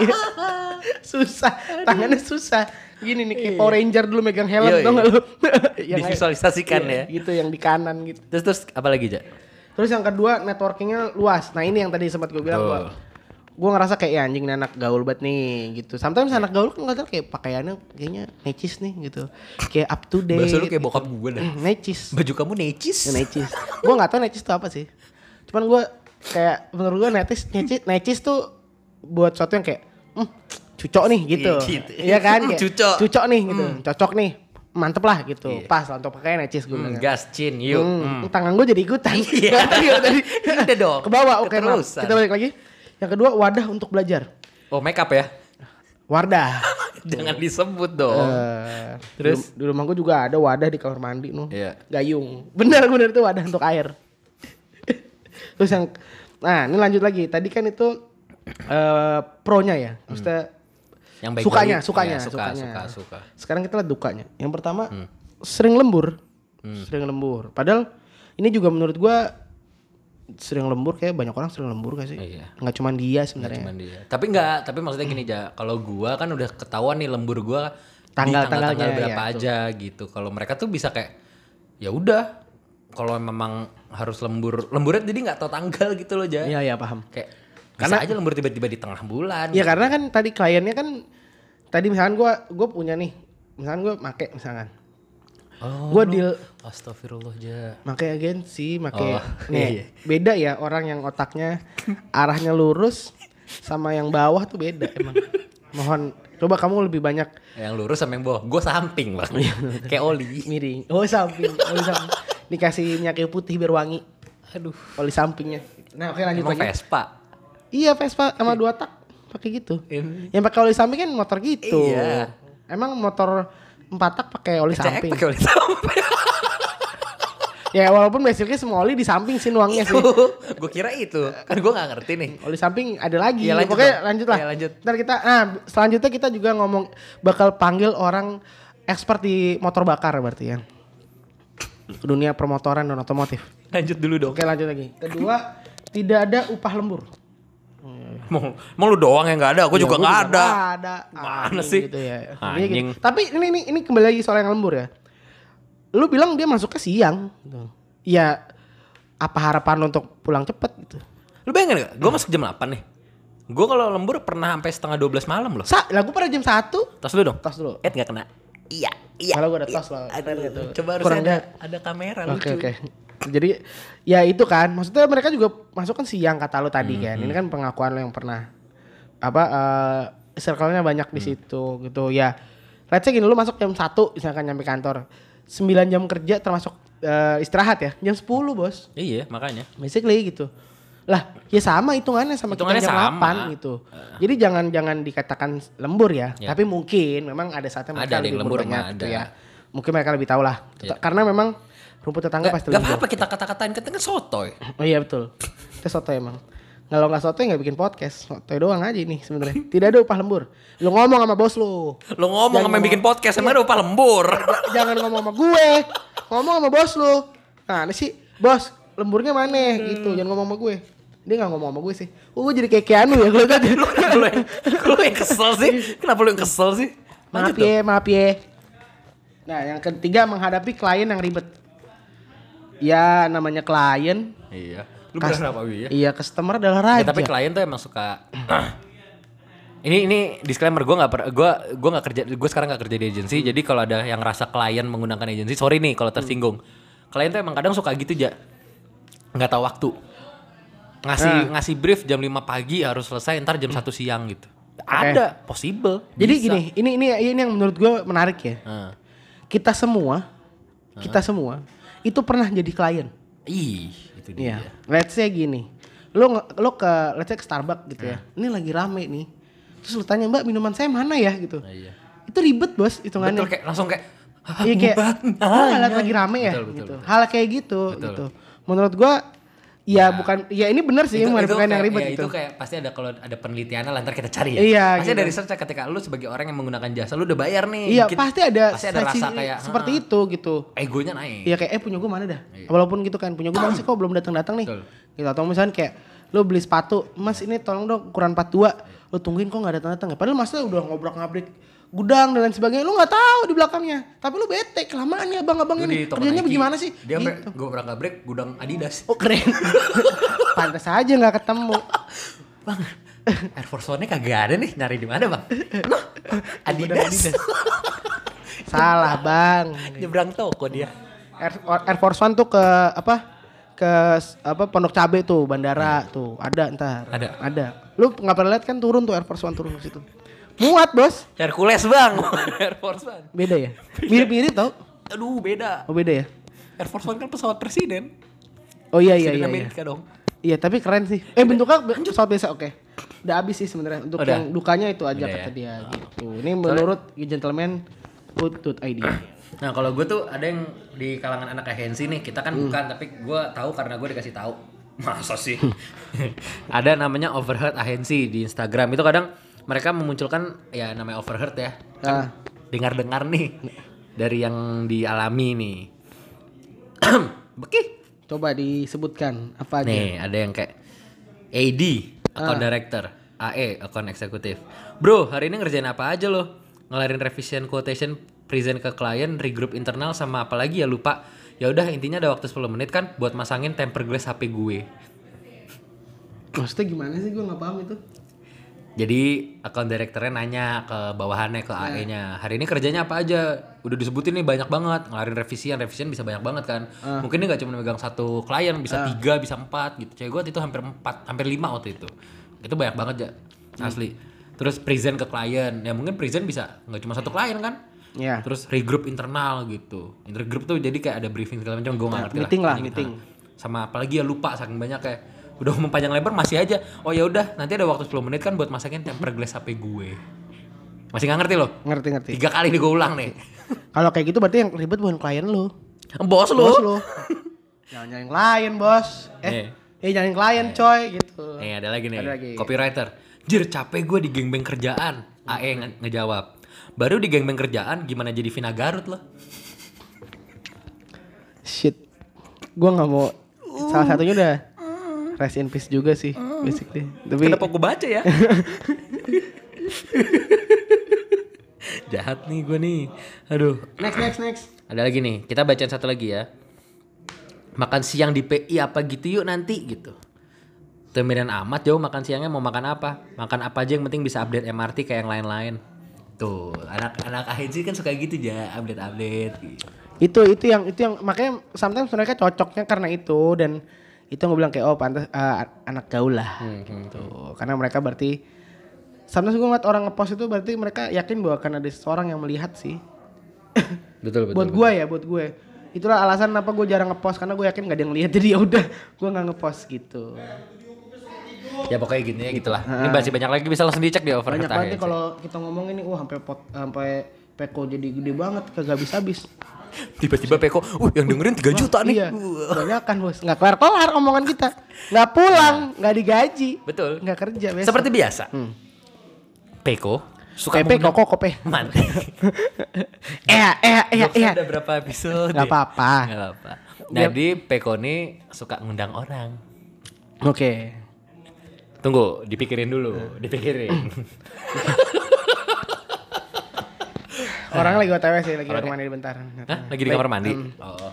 [SPEAKER 2] Susah, tangannya susah. Gini nih kayak Power Ranger dulu megang helm,
[SPEAKER 1] Iya,
[SPEAKER 2] tau
[SPEAKER 1] iya.
[SPEAKER 2] gak lu? Yang
[SPEAKER 1] Divisualisasikan
[SPEAKER 2] iya,
[SPEAKER 1] ya.
[SPEAKER 2] Gitu, yang di kanan gitu.
[SPEAKER 1] Terus terus apa lagi Ja?
[SPEAKER 2] Terus yang kedua networkingnya luas. Nah ini yang tadi sempat gue bilang, gue gue ngerasa kayak ya, anjing nih anak gaul banget nih gitu. Sometimes anak gaul kan nggak tahu kayak pakaiannya kayaknya necis nih gitu, kayak up to date.
[SPEAKER 1] Bahasa lu kayak bokap gue dah.
[SPEAKER 2] Necis.
[SPEAKER 1] Baju kamu necis.
[SPEAKER 2] Ya, necis. Gue nggak tahu necis itu apa sih. Cuman gue kayak menurut gue necis, necis, necis tuh buat sesuatu yang kayak, hmm, cucok nih gitu.
[SPEAKER 1] Iya, gitu.
[SPEAKER 2] Iya kan? Kayak,
[SPEAKER 1] Cucok.
[SPEAKER 2] Cucok nih gitu, cocok nih, mantep lah gitu.
[SPEAKER 1] Iya.
[SPEAKER 2] Pas lah untuk pakai necis gue
[SPEAKER 1] Hmm,
[SPEAKER 2] bilang.
[SPEAKER 1] gas cin yuk.
[SPEAKER 2] Hmm,
[SPEAKER 1] Hmm.
[SPEAKER 2] tangan gue jadi ikutan.
[SPEAKER 1] Iya.
[SPEAKER 2] Tadi
[SPEAKER 1] Udah dong.
[SPEAKER 2] ke bawah. Oke, maaf.
[SPEAKER 1] Keterusan.
[SPEAKER 2] Kita balik lagi. Yang kedua wadah untuk belajar.
[SPEAKER 1] Oh make up ya?
[SPEAKER 2] Wadah.
[SPEAKER 1] Jangan disebut dong.
[SPEAKER 2] Eh,
[SPEAKER 1] Terus?
[SPEAKER 2] di, di rumah gue juga ada wadah di kamar mandi nuh.
[SPEAKER 1] Iya.
[SPEAKER 2] Gayung. Bener bener itu wadah untuk air. Terus yang, nah ini lanjut lagi. Tadi kan itu eh pro-nya ya. Maksudnya
[SPEAKER 1] Yang baik
[SPEAKER 2] sukanya,
[SPEAKER 1] baik.
[SPEAKER 2] sukanya,
[SPEAKER 1] Iya, suka,
[SPEAKER 2] sukanya.
[SPEAKER 1] suka, suka.
[SPEAKER 2] Sekarang kita lihat dukanya. Yang pertama sering lembur, sering lembur. Padahal ini juga menurut gua sering lembur kayak banyak orang sering lembur gak sih?
[SPEAKER 1] Iya.
[SPEAKER 2] Nggak cuma dia sebenarnya.
[SPEAKER 1] Cuman dia. Tapi enggak, tapi maksudnya gini Ja, kalau gua kan udah ketahuan nih lembur gua
[SPEAKER 2] Tanggal-
[SPEAKER 1] di tanggal-tanggal
[SPEAKER 2] tanggalnya,
[SPEAKER 1] berapa
[SPEAKER 2] ya,
[SPEAKER 1] aja gitu. Kalau mereka tuh bisa kayak ya udah kalau memang harus lembur, lemburnya jadi nggak tahu tanggal gitu loh Ja.
[SPEAKER 2] Iya iya paham.
[SPEAKER 1] Kayak bisa
[SPEAKER 2] Karena-
[SPEAKER 1] aja lembur tiba-tiba di tengah bulan.
[SPEAKER 2] Ya karena kan tadi kliennya kan tadi misalkan gua gua punya nih, misalkan gua make misalkan.
[SPEAKER 1] Oh,
[SPEAKER 2] Gua deal
[SPEAKER 1] astagfirullah Ja.
[SPEAKER 2] pakai agensi, pakai
[SPEAKER 1] Oh,
[SPEAKER 2] nih,
[SPEAKER 1] iya, iya.
[SPEAKER 2] beda ya orang yang otaknya arahnya lurus sama yang bawah tuh beda emang. Mohon coba kamu lebih banyak
[SPEAKER 1] Yang lurus sama yang bawah. Gue samping bang.
[SPEAKER 2] Iya,
[SPEAKER 1] Kayak oli.
[SPEAKER 2] miring. Oh samping, oli samping. Dikasih minyak kayu putih biar wangi.
[SPEAKER 1] Aduh.
[SPEAKER 2] Oli sampingnya. Nah oke lanjut
[SPEAKER 1] Emang
[SPEAKER 2] lagi.
[SPEAKER 1] Vespa.
[SPEAKER 2] Iya Vespa sama dua tak pakai gitu.
[SPEAKER 1] Ini.
[SPEAKER 2] Yang pakai oli samping kan motor gitu.
[SPEAKER 1] Iya.
[SPEAKER 2] Emang motor empat tak pakai oli
[SPEAKER 1] Cek
[SPEAKER 2] samping.
[SPEAKER 1] pakai oli samping.
[SPEAKER 2] Ya walaupun basically semua oli di samping sih nuangnya sih.
[SPEAKER 1] Gue kira itu. Kan gue gak ngerti nih.
[SPEAKER 2] Oli samping ada lagi.
[SPEAKER 1] Iya, lanjut
[SPEAKER 2] Pokoknya
[SPEAKER 1] dong.
[SPEAKER 2] lanjut lah.
[SPEAKER 1] Iya, lanjut.
[SPEAKER 2] Ntar kita, nah selanjutnya kita juga ngomong bakal panggil orang expert di motor bakar berarti ya. Dunia permotoran dan otomotif.
[SPEAKER 1] Lanjut dulu dong.
[SPEAKER 2] Oke lanjut lagi. Kedua, tidak ada upah lembur.
[SPEAKER 1] Mau, mau lu doang yang gak ada. Gue
[SPEAKER 2] Ya,
[SPEAKER 1] juga
[SPEAKER 2] gua
[SPEAKER 1] gak ada.
[SPEAKER 2] nggak ada.
[SPEAKER 1] Mana
[SPEAKER 2] Anjing
[SPEAKER 1] sih?
[SPEAKER 2] Gitu ya. Jadi
[SPEAKER 1] Anjing.
[SPEAKER 2] gitu. Tapi ini, ini ini kembali lagi soal yang lembur ya. Lu bilang dia masuknya siang. Gitu. Ya apa harapan lu untuk pulang cepet gitu?
[SPEAKER 1] Lu bayangin gak? Gue masuk jam delapan nih. Gue kalau lembur pernah sampai setengah dua belas malam loh.
[SPEAKER 2] Sa, lah gue pada jam satu.
[SPEAKER 1] Tos dulu dong.
[SPEAKER 2] Tos dulu.
[SPEAKER 1] Ed gak kena. Iya. Iya.
[SPEAKER 2] Kalau gue ada tos lah.
[SPEAKER 1] Aduh,
[SPEAKER 2] Keren gitu.
[SPEAKER 1] coba
[SPEAKER 2] Kurang
[SPEAKER 1] harusnya ada,
[SPEAKER 2] lihat.
[SPEAKER 1] ada kamera
[SPEAKER 2] Oke
[SPEAKER 1] lucu.
[SPEAKER 2] oke. Jadi ya itu kan, maksudnya mereka juga masuk kan siang kata lo tadi
[SPEAKER 1] Hmm,
[SPEAKER 2] kan. Ini kan pengakuan lo yang pernah apa uh, circle-nya banyak di
[SPEAKER 1] Hmm.
[SPEAKER 2] situ gitu. Ya, let's say gini lu masuk jam satu misalkan nyampe kantor. sembilan jam kerja termasuk uh, istirahat ya. Jam sepuluh, Bos.
[SPEAKER 1] Iya makanya.
[SPEAKER 2] Basically gitu. Lah, ya sama hitungannya sama
[SPEAKER 1] Hitungannya
[SPEAKER 2] kita jam
[SPEAKER 1] sama.
[SPEAKER 2] delapan gitu. Jadi jangan jangan dikatakan lembur ya.
[SPEAKER 1] Ya.
[SPEAKER 2] Tapi mungkin memang ada saatnya mereka
[SPEAKER 1] Ada, ada yang
[SPEAKER 2] lebih
[SPEAKER 1] lembur
[SPEAKER 2] banyak
[SPEAKER 1] mah
[SPEAKER 2] gitu
[SPEAKER 1] ada.
[SPEAKER 2] ya. Mungkin mereka lebih tahu lah.
[SPEAKER 1] Ya.
[SPEAKER 2] Karena memang rumput tetangga
[SPEAKER 1] Gak,
[SPEAKER 2] pasti
[SPEAKER 1] gak
[SPEAKER 2] lebih
[SPEAKER 1] apa-apa kita kata-katain, kita kan sotoy.
[SPEAKER 2] Oh iya betul. Kita sotoy emang. Kalau nggak sotoy nggak bikin podcast. Sotoy doang aja nih sebenarnya. Tidak ada upah lembur. Lu ngomong sama bos lu.
[SPEAKER 1] Lo ngomong
[SPEAKER 2] Jangan
[SPEAKER 1] sama yang bikin
[SPEAKER 2] ngomong.
[SPEAKER 1] podcast, emang ada upah lembur.
[SPEAKER 2] Jangan ngomong sama gue. Ngomong sama bos lu. Nah ini sih bos lemburnya mana gitu. Jangan ngomong sama gue. Dia nggak ngomong sama gue sih. Oh gue jadi kayak Keanu ya. Gue tadi.
[SPEAKER 1] Kenapa lo yang, lo yang kesel sih? Kenapa lo yang kesel sih?
[SPEAKER 2] Maaf
[SPEAKER 1] Lanjut dong.
[SPEAKER 2] ya, maaf ya. Nah yang ketiga menghadapi klien yang ribet. Ya namanya klien.
[SPEAKER 1] Iya. Lu
[SPEAKER 2] Kas-
[SPEAKER 1] beneran apa Wi ya?
[SPEAKER 2] Iya customer adalah
[SPEAKER 1] Ya,
[SPEAKER 2] raja.
[SPEAKER 1] tapi klien tuh emang suka ini ini disclaimer, gue nggak per- gue gue nggak kerja, gue sekarang nggak kerja di agensi. Jadi kalau ada yang rasa klien menggunakan agensi, sorry nih kalau tersinggung. Klien tuh emang kadang suka gitu ja. nggak tahu waktu. Ngasih
[SPEAKER 2] Nah.
[SPEAKER 1] ngasih brief jam lima pagi harus selesai ntar jam satu siang gitu.
[SPEAKER 2] Okay.
[SPEAKER 1] Ada, possible.
[SPEAKER 2] Jadi
[SPEAKER 1] bisa.
[SPEAKER 2] gini, ini ini ini yang menurut gue menarik ya.
[SPEAKER 1] Nah.
[SPEAKER 2] Kita semua, kita semua itu pernah jadi klien.
[SPEAKER 1] Ih, itu dia.
[SPEAKER 2] Iya. Let's say gini. Lo nge- lo ke let's say ke Starbucks gitu ya. Ini lagi rame nih. Terus lo tanya, "Mbak, minuman saya mana ya?" gitu.
[SPEAKER 1] Nah, iya.
[SPEAKER 2] Itu ribet, Bos, hitungannya.
[SPEAKER 1] Betul kayak langsung kayak
[SPEAKER 2] Iya kayak
[SPEAKER 1] ah,
[SPEAKER 2] ah, lihat lagi rame ya
[SPEAKER 1] betul, betul,
[SPEAKER 2] gitu.
[SPEAKER 1] betul.
[SPEAKER 2] Hal kayak gitu
[SPEAKER 1] Betul.
[SPEAKER 2] gitu. Menurut gua ya bukan ya ini benar sih bukan bukan yang
[SPEAKER 1] kayak-
[SPEAKER 2] ribet
[SPEAKER 1] ya,
[SPEAKER 2] gitu.
[SPEAKER 1] itu kayak pasti ada kalau ada penelitiannya lah ntar kita cari ya.
[SPEAKER 2] Iya,
[SPEAKER 1] Pasti
[SPEAKER 2] gitu.
[SPEAKER 1] ada research ketika lu sebagai orang yang menggunakan jasa lu udah bayar nih.
[SPEAKER 2] Iya,
[SPEAKER 1] dikit,
[SPEAKER 2] pasti ada
[SPEAKER 1] pasti ada
[SPEAKER 2] sesi
[SPEAKER 1] rasa kayak
[SPEAKER 2] seperti
[SPEAKER 1] ah,
[SPEAKER 2] itu gitu.
[SPEAKER 1] egonya naik.
[SPEAKER 2] Iya kayak eh punya gua mana dah.
[SPEAKER 1] Iya.
[SPEAKER 2] Walaupun gitu kan punya gua mana sih kok belum datang-datang nih.
[SPEAKER 1] Betul.
[SPEAKER 2] Gitu atau misalnya kayak lu beli sepatu, "Mas ini tolong dong ukuran empat puluh dua." Lu tungguin kok enggak datang-datang ya. Padahal Mas tuh udah ngobrak-ngabrik gudang dan lain sebagainya. Lu nggak tahu di belakangnya. Tapi lu bete kelamaan ya abang-abang
[SPEAKER 1] Lu
[SPEAKER 2] ini.
[SPEAKER 1] di toko
[SPEAKER 2] Kerjanya
[SPEAKER 1] Nike,
[SPEAKER 2] bagaimana sih?
[SPEAKER 1] Dia sampai
[SPEAKER 2] Gitu.
[SPEAKER 1] gue berangkat break gudang Adidas.
[SPEAKER 2] Oh keren. Pantas aja nggak ketemu.
[SPEAKER 1] Bang, Air Force One-nya kagak ada nih, nyari di mana, Bang? Noh, Adidas.
[SPEAKER 2] Salah bang.
[SPEAKER 1] Nyebrang toko dia.
[SPEAKER 2] Air, Air Force One tuh ke apa? Ke s- apa Pondok Cabe tuh, bandara tuh. Ada ntar.
[SPEAKER 1] Ada.
[SPEAKER 2] Ada. Lu nggak pernah lihat kan turun tuh Air Force One turun ke situ. Muat bos.
[SPEAKER 1] Hercules, Bang. Air Force One.
[SPEAKER 2] Beda ya. Mirip-mirip tau.
[SPEAKER 1] Aduh, beda.
[SPEAKER 2] Oh beda ya.
[SPEAKER 1] Air Force One kan pesawat presiden.
[SPEAKER 2] Oh iya iya
[SPEAKER 1] Presiden
[SPEAKER 2] iya. Iya,
[SPEAKER 1] Amerika dong.
[SPEAKER 2] iya tapi keren sih. Eh bentuknya be- pesawat biasa oke. Udah habis sih sebenarnya untuk
[SPEAKER 1] Udah.
[SPEAKER 2] yang dukanya itu aja
[SPEAKER 1] Udah
[SPEAKER 2] kata
[SPEAKER 1] ya?
[SPEAKER 2] dia gitu. Ini menurut gentleman food I D.
[SPEAKER 1] Nah, kalau gue tuh ada yang di kalangan anak agensi nih, kita kan bukan, tapi gue tahu karena gue dikasih tahu. Masa sih? Ada namanya Overheard Agency di Instagram. Itu kadang mereka memunculkan ya namanya Overheard ya. Kan
[SPEAKER 2] Ah.
[SPEAKER 1] dengar-dengar nih dari yang dialami nih. Beki.
[SPEAKER 2] Coba disebutkan apa aja.
[SPEAKER 1] Nih, ada yang kayak A D, Account Director, A E, Account Executive. Bro, hari ini ngerjain apa aja lo? Ngelarin revision quotation, present ke klien, regroup internal sama apa lagi ya lupa. Ya udah intinya ada waktu sepuluh menit kan buat masangin tempered glass H P gue.
[SPEAKER 2] Maksudnya gimana sih gue nggak paham itu.
[SPEAKER 1] Jadi account directornya nanya ke bawahannya ke A E-nya, hari ini kerjanya apa aja? Udah disebutin nih banyak banget, ngelarin revisian, revisian bisa banyak banget kan. Mungkin dia gak cuma megang satu klien, bisa tiga, bisa empat gitu. Cewek gue itu hampir empat, hampir lima waktu itu. Itu banyak banget ya, asli. Terus present ke klien, ya mungkin present bisa nggak cuma satu klien kan.
[SPEAKER 2] Iya.
[SPEAKER 1] Terus regroup internal gitu. Intergroup tuh jadi kayak ada briefing segala macam, gue nggak ngerti
[SPEAKER 2] meeting lah,
[SPEAKER 1] Nah,
[SPEAKER 2] meeting.
[SPEAKER 1] sama apalagi ya lupa saking banyak kayak udah mau panjang lebar masih aja. Oh ya udah nanti ada waktu sepuluh menit kan buat masakin tempered glass H P gue. Masih nggak ngerti loh.
[SPEAKER 2] Ngerti ngerti.
[SPEAKER 1] Tiga kali nih gue ulang nih.
[SPEAKER 2] Kalau kayak gitu berarti yang ribet bukan klien lu.
[SPEAKER 1] Bos lu.
[SPEAKER 2] Bos lu. Jangan nyari klien bos.
[SPEAKER 1] Nih.
[SPEAKER 2] Eh, eh nyari klien coy gitu.
[SPEAKER 1] Nih ada lagi nih.
[SPEAKER 2] Ada lagi.
[SPEAKER 1] Copywriter. Jir capek gue di geng-beng kerjaan. A E nge- ngejawab. Baru di geng-beng kerjaan gimana jadi Vina Garut lo?
[SPEAKER 2] Shit. Gua nggak mau. Salah satunya udah rest in peace juga sih, basically. Tapi
[SPEAKER 1] Kenapa gue baca ya? Jahat nih gue nih. Aduh.
[SPEAKER 2] next next next.
[SPEAKER 1] Ada lagi nih. Kita bacain satu lagi ya. Makan siang di P I apa gitu yuk nanti gitu. Temenan amat jauh makan siangnya mau makan apa? Makan apa aja yang penting bisa update M R T kayak yang lain-lain. Tuh, anak-anak agensi kan suka gitu ya, update-update gitu.
[SPEAKER 2] Itu itu yang itu yang makanya sometimes mereka cocoknya karena itu dan itu yang gue bilang kayak oh pantas uh, anak gaul lah gitu. Karena mereka berarti sometimes gue ngeliat orang ngepost itu berarti mereka yakin bahwa akan ada seseorang yang melihat sih.
[SPEAKER 1] Betul, betul.
[SPEAKER 2] buat gue ya, buat gue. Itulah alasan kenapa gue jarang ngepost karena gue yakin gak ada yang lihat jadi ya udah gue nggak ngepost gitu.
[SPEAKER 1] Ya pokoknya gini ya gitulah. Ini masih banyak lagi bisa langsung dicek di Overheard
[SPEAKER 2] Banyak banget nih
[SPEAKER 1] Agency.
[SPEAKER 2] kalau kita ngomongin nih, wah sampai pot sampai Peko jadi gede banget kagak habis-habis.
[SPEAKER 1] Tiba-tiba Peko, uh yang dengerin tiga juta nih.
[SPEAKER 2] Iya, banyak kan bos, nggak kelar-kelar omongan kita, nggak pulang, nggak digaji,
[SPEAKER 1] Betul.
[SPEAKER 2] nggak kerja besok.
[SPEAKER 1] Seperti biasa. Peko suka
[SPEAKER 2] Pepe
[SPEAKER 1] mengundang-
[SPEAKER 2] koko kope.
[SPEAKER 1] Mantap.
[SPEAKER 2] Eh eh eh
[SPEAKER 1] Jokesnya
[SPEAKER 2] eh.
[SPEAKER 1] udah berapa episode?
[SPEAKER 2] Nggak apa-apa.
[SPEAKER 1] Nggak apa-apa. Jadi Peko nih suka ngundang orang.
[SPEAKER 2] Oke.
[SPEAKER 1] Tunggu, dipikirin dulu, dipikirin.
[SPEAKER 2] Orang lagi O T W sih, lagi
[SPEAKER 1] Orangnya-
[SPEAKER 2] kamar mandi bentar.
[SPEAKER 1] Hah? Lagi di kamar mandi? Oh.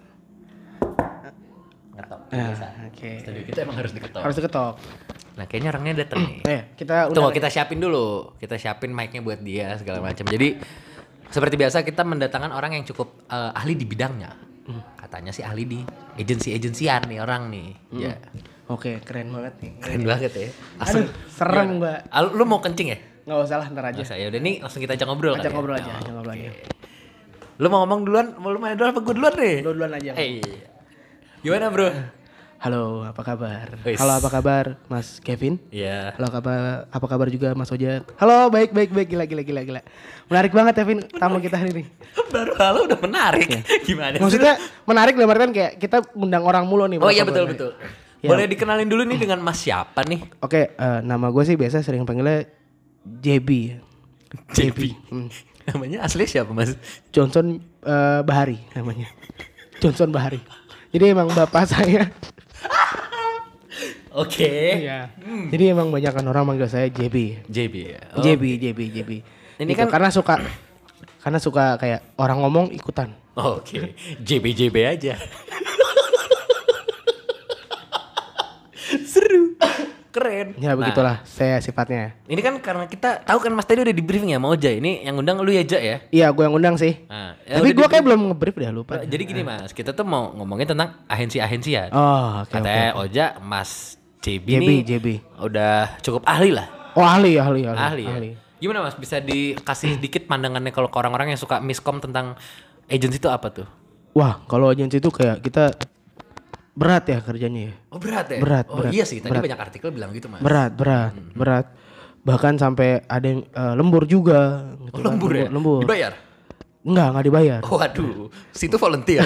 [SPEAKER 1] Ngetok.
[SPEAKER 2] Ah,
[SPEAKER 1] Biasa.
[SPEAKER 2] Oke.
[SPEAKER 1] Studio kita emang harus diketok.
[SPEAKER 2] Harus diketok.
[SPEAKER 1] Nah, kayaknya orangnya dateng nih.
[SPEAKER 2] Eh, kita udah.
[SPEAKER 1] Tunggu, kita siapin dulu. Kita siapin mic-nya buat dia segala macam. Jadi seperti biasa kita mendatangkan orang yang cukup eh, ahli di bidangnya. Katanya sih ahli di agensi-agensian nih orang nih.
[SPEAKER 2] Hmm.
[SPEAKER 1] Ya.
[SPEAKER 2] Oke, keren banget nih.
[SPEAKER 1] Keren banget ya.
[SPEAKER 2] Aduh, serem Mbak.
[SPEAKER 1] Ah, lu mau kencing ya?
[SPEAKER 2] Nggak usah lah, ntar aja.
[SPEAKER 1] Masa ya udah nih langsung kita ajak ngobrol
[SPEAKER 2] Ajak
[SPEAKER 1] kan
[SPEAKER 2] ngobrol
[SPEAKER 1] ya?
[SPEAKER 2] aja,
[SPEAKER 1] Oh,
[SPEAKER 2] ajak ngobrol aja.
[SPEAKER 1] Lu mau ngomong duluan, mau lu main duluan apa gue duluan nih?
[SPEAKER 2] Lu duluan aja.
[SPEAKER 1] Eh, gimana bro?
[SPEAKER 2] Halo, apa kabar?
[SPEAKER 1] Wis.
[SPEAKER 2] Halo, apa kabar Mas Kevin?
[SPEAKER 1] Iya.
[SPEAKER 2] Halo, kabar apa kabar juga Mas Ojek? Halo, baik baik baik gila gila gila gila. Menarik banget ya Vin tamu kita hari ini.
[SPEAKER 1] Baru halo udah menarik. Gimana sih?
[SPEAKER 2] Maksudnya menarik dalam artian kayak kita undang orang mulu nih.
[SPEAKER 1] Oh iya
[SPEAKER 2] berapa
[SPEAKER 1] betul
[SPEAKER 2] bulan.
[SPEAKER 1] betul.
[SPEAKER 2] Ya.
[SPEAKER 1] Boleh dikenalin dulu nih dengan Mas siapa nih?
[SPEAKER 2] Oke, eh, nama gue sih biasa sering panggilnya J B.
[SPEAKER 1] J B.
[SPEAKER 2] Hmm.
[SPEAKER 1] Namanya asli siapa Mas?
[SPEAKER 2] Johnson eh, Bahari namanya. Johnson Bahari. Jadi emang bapak saya.
[SPEAKER 1] Oke.
[SPEAKER 2] Iya. Jadi emang banyak orang manggil saya J B.
[SPEAKER 1] J B ya. Oh.
[SPEAKER 2] J B, J B, J B.
[SPEAKER 1] Ini
[SPEAKER 2] Gitu,
[SPEAKER 1] kan-
[SPEAKER 2] karena suka karena suka kayak orang ngomong ikutan.
[SPEAKER 1] Oke. J B J B aja. Seru. Keren.
[SPEAKER 2] Ya
[SPEAKER 1] Nah,
[SPEAKER 2] begitulah saya sifatnya.
[SPEAKER 1] ini kan karena kita tahu kan Mas tadi udah di briefing ya mau Ojai. Ini yang undang lu ya Ja ya.
[SPEAKER 2] Iya, gue yang undang sih.
[SPEAKER 1] Nah, ya
[SPEAKER 2] Tapi
[SPEAKER 1] udah
[SPEAKER 2] gue
[SPEAKER 1] di-
[SPEAKER 2] kayak belum nge-brief dah lupa.
[SPEAKER 1] Jadi gini Mas, kita tuh mau ngomongin tentang agensi-agensian.
[SPEAKER 2] Oh, oke oke.
[SPEAKER 1] Katanya Oja Mas J B
[SPEAKER 2] J B,
[SPEAKER 1] ini
[SPEAKER 2] J B.
[SPEAKER 1] udah cukup ahli lah.
[SPEAKER 2] Oh, ahli, ahli, ahli.
[SPEAKER 1] Ahli, ya. Gimana Mas bisa dikasih sedikit pandangannya kalau ke orang-orang yang suka miskom tentang agensi itu apa tuh?
[SPEAKER 2] Wah, kalau agensi itu kayak kita berat ya kerjanya ya.
[SPEAKER 1] Oh berat ya?
[SPEAKER 2] Berat,
[SPEAKER 1] oh
[SPEAKER 2] berat,
[SPEAKER 1] iya sih, tadi
[SPEAKER 2] berat.
[SPEAKER 1] banyak artikel bilang gitu Mas.
[SPEAKER 2] Berat, berat, berat. Bahkan sampai ada yang eh, lembur juga. Gitu
[SPEAKER 1] Oh
[SPEAKER 2] kan.
[SPEAKER 1] lembur ya?
[SPEAKER 2] Lembur.
[SPEAKER 1] Dibayar?
[SPEAKER 2] Enggak, enggak dibayar.
[SPEAKER 1] Oh waduh, situ volunteer.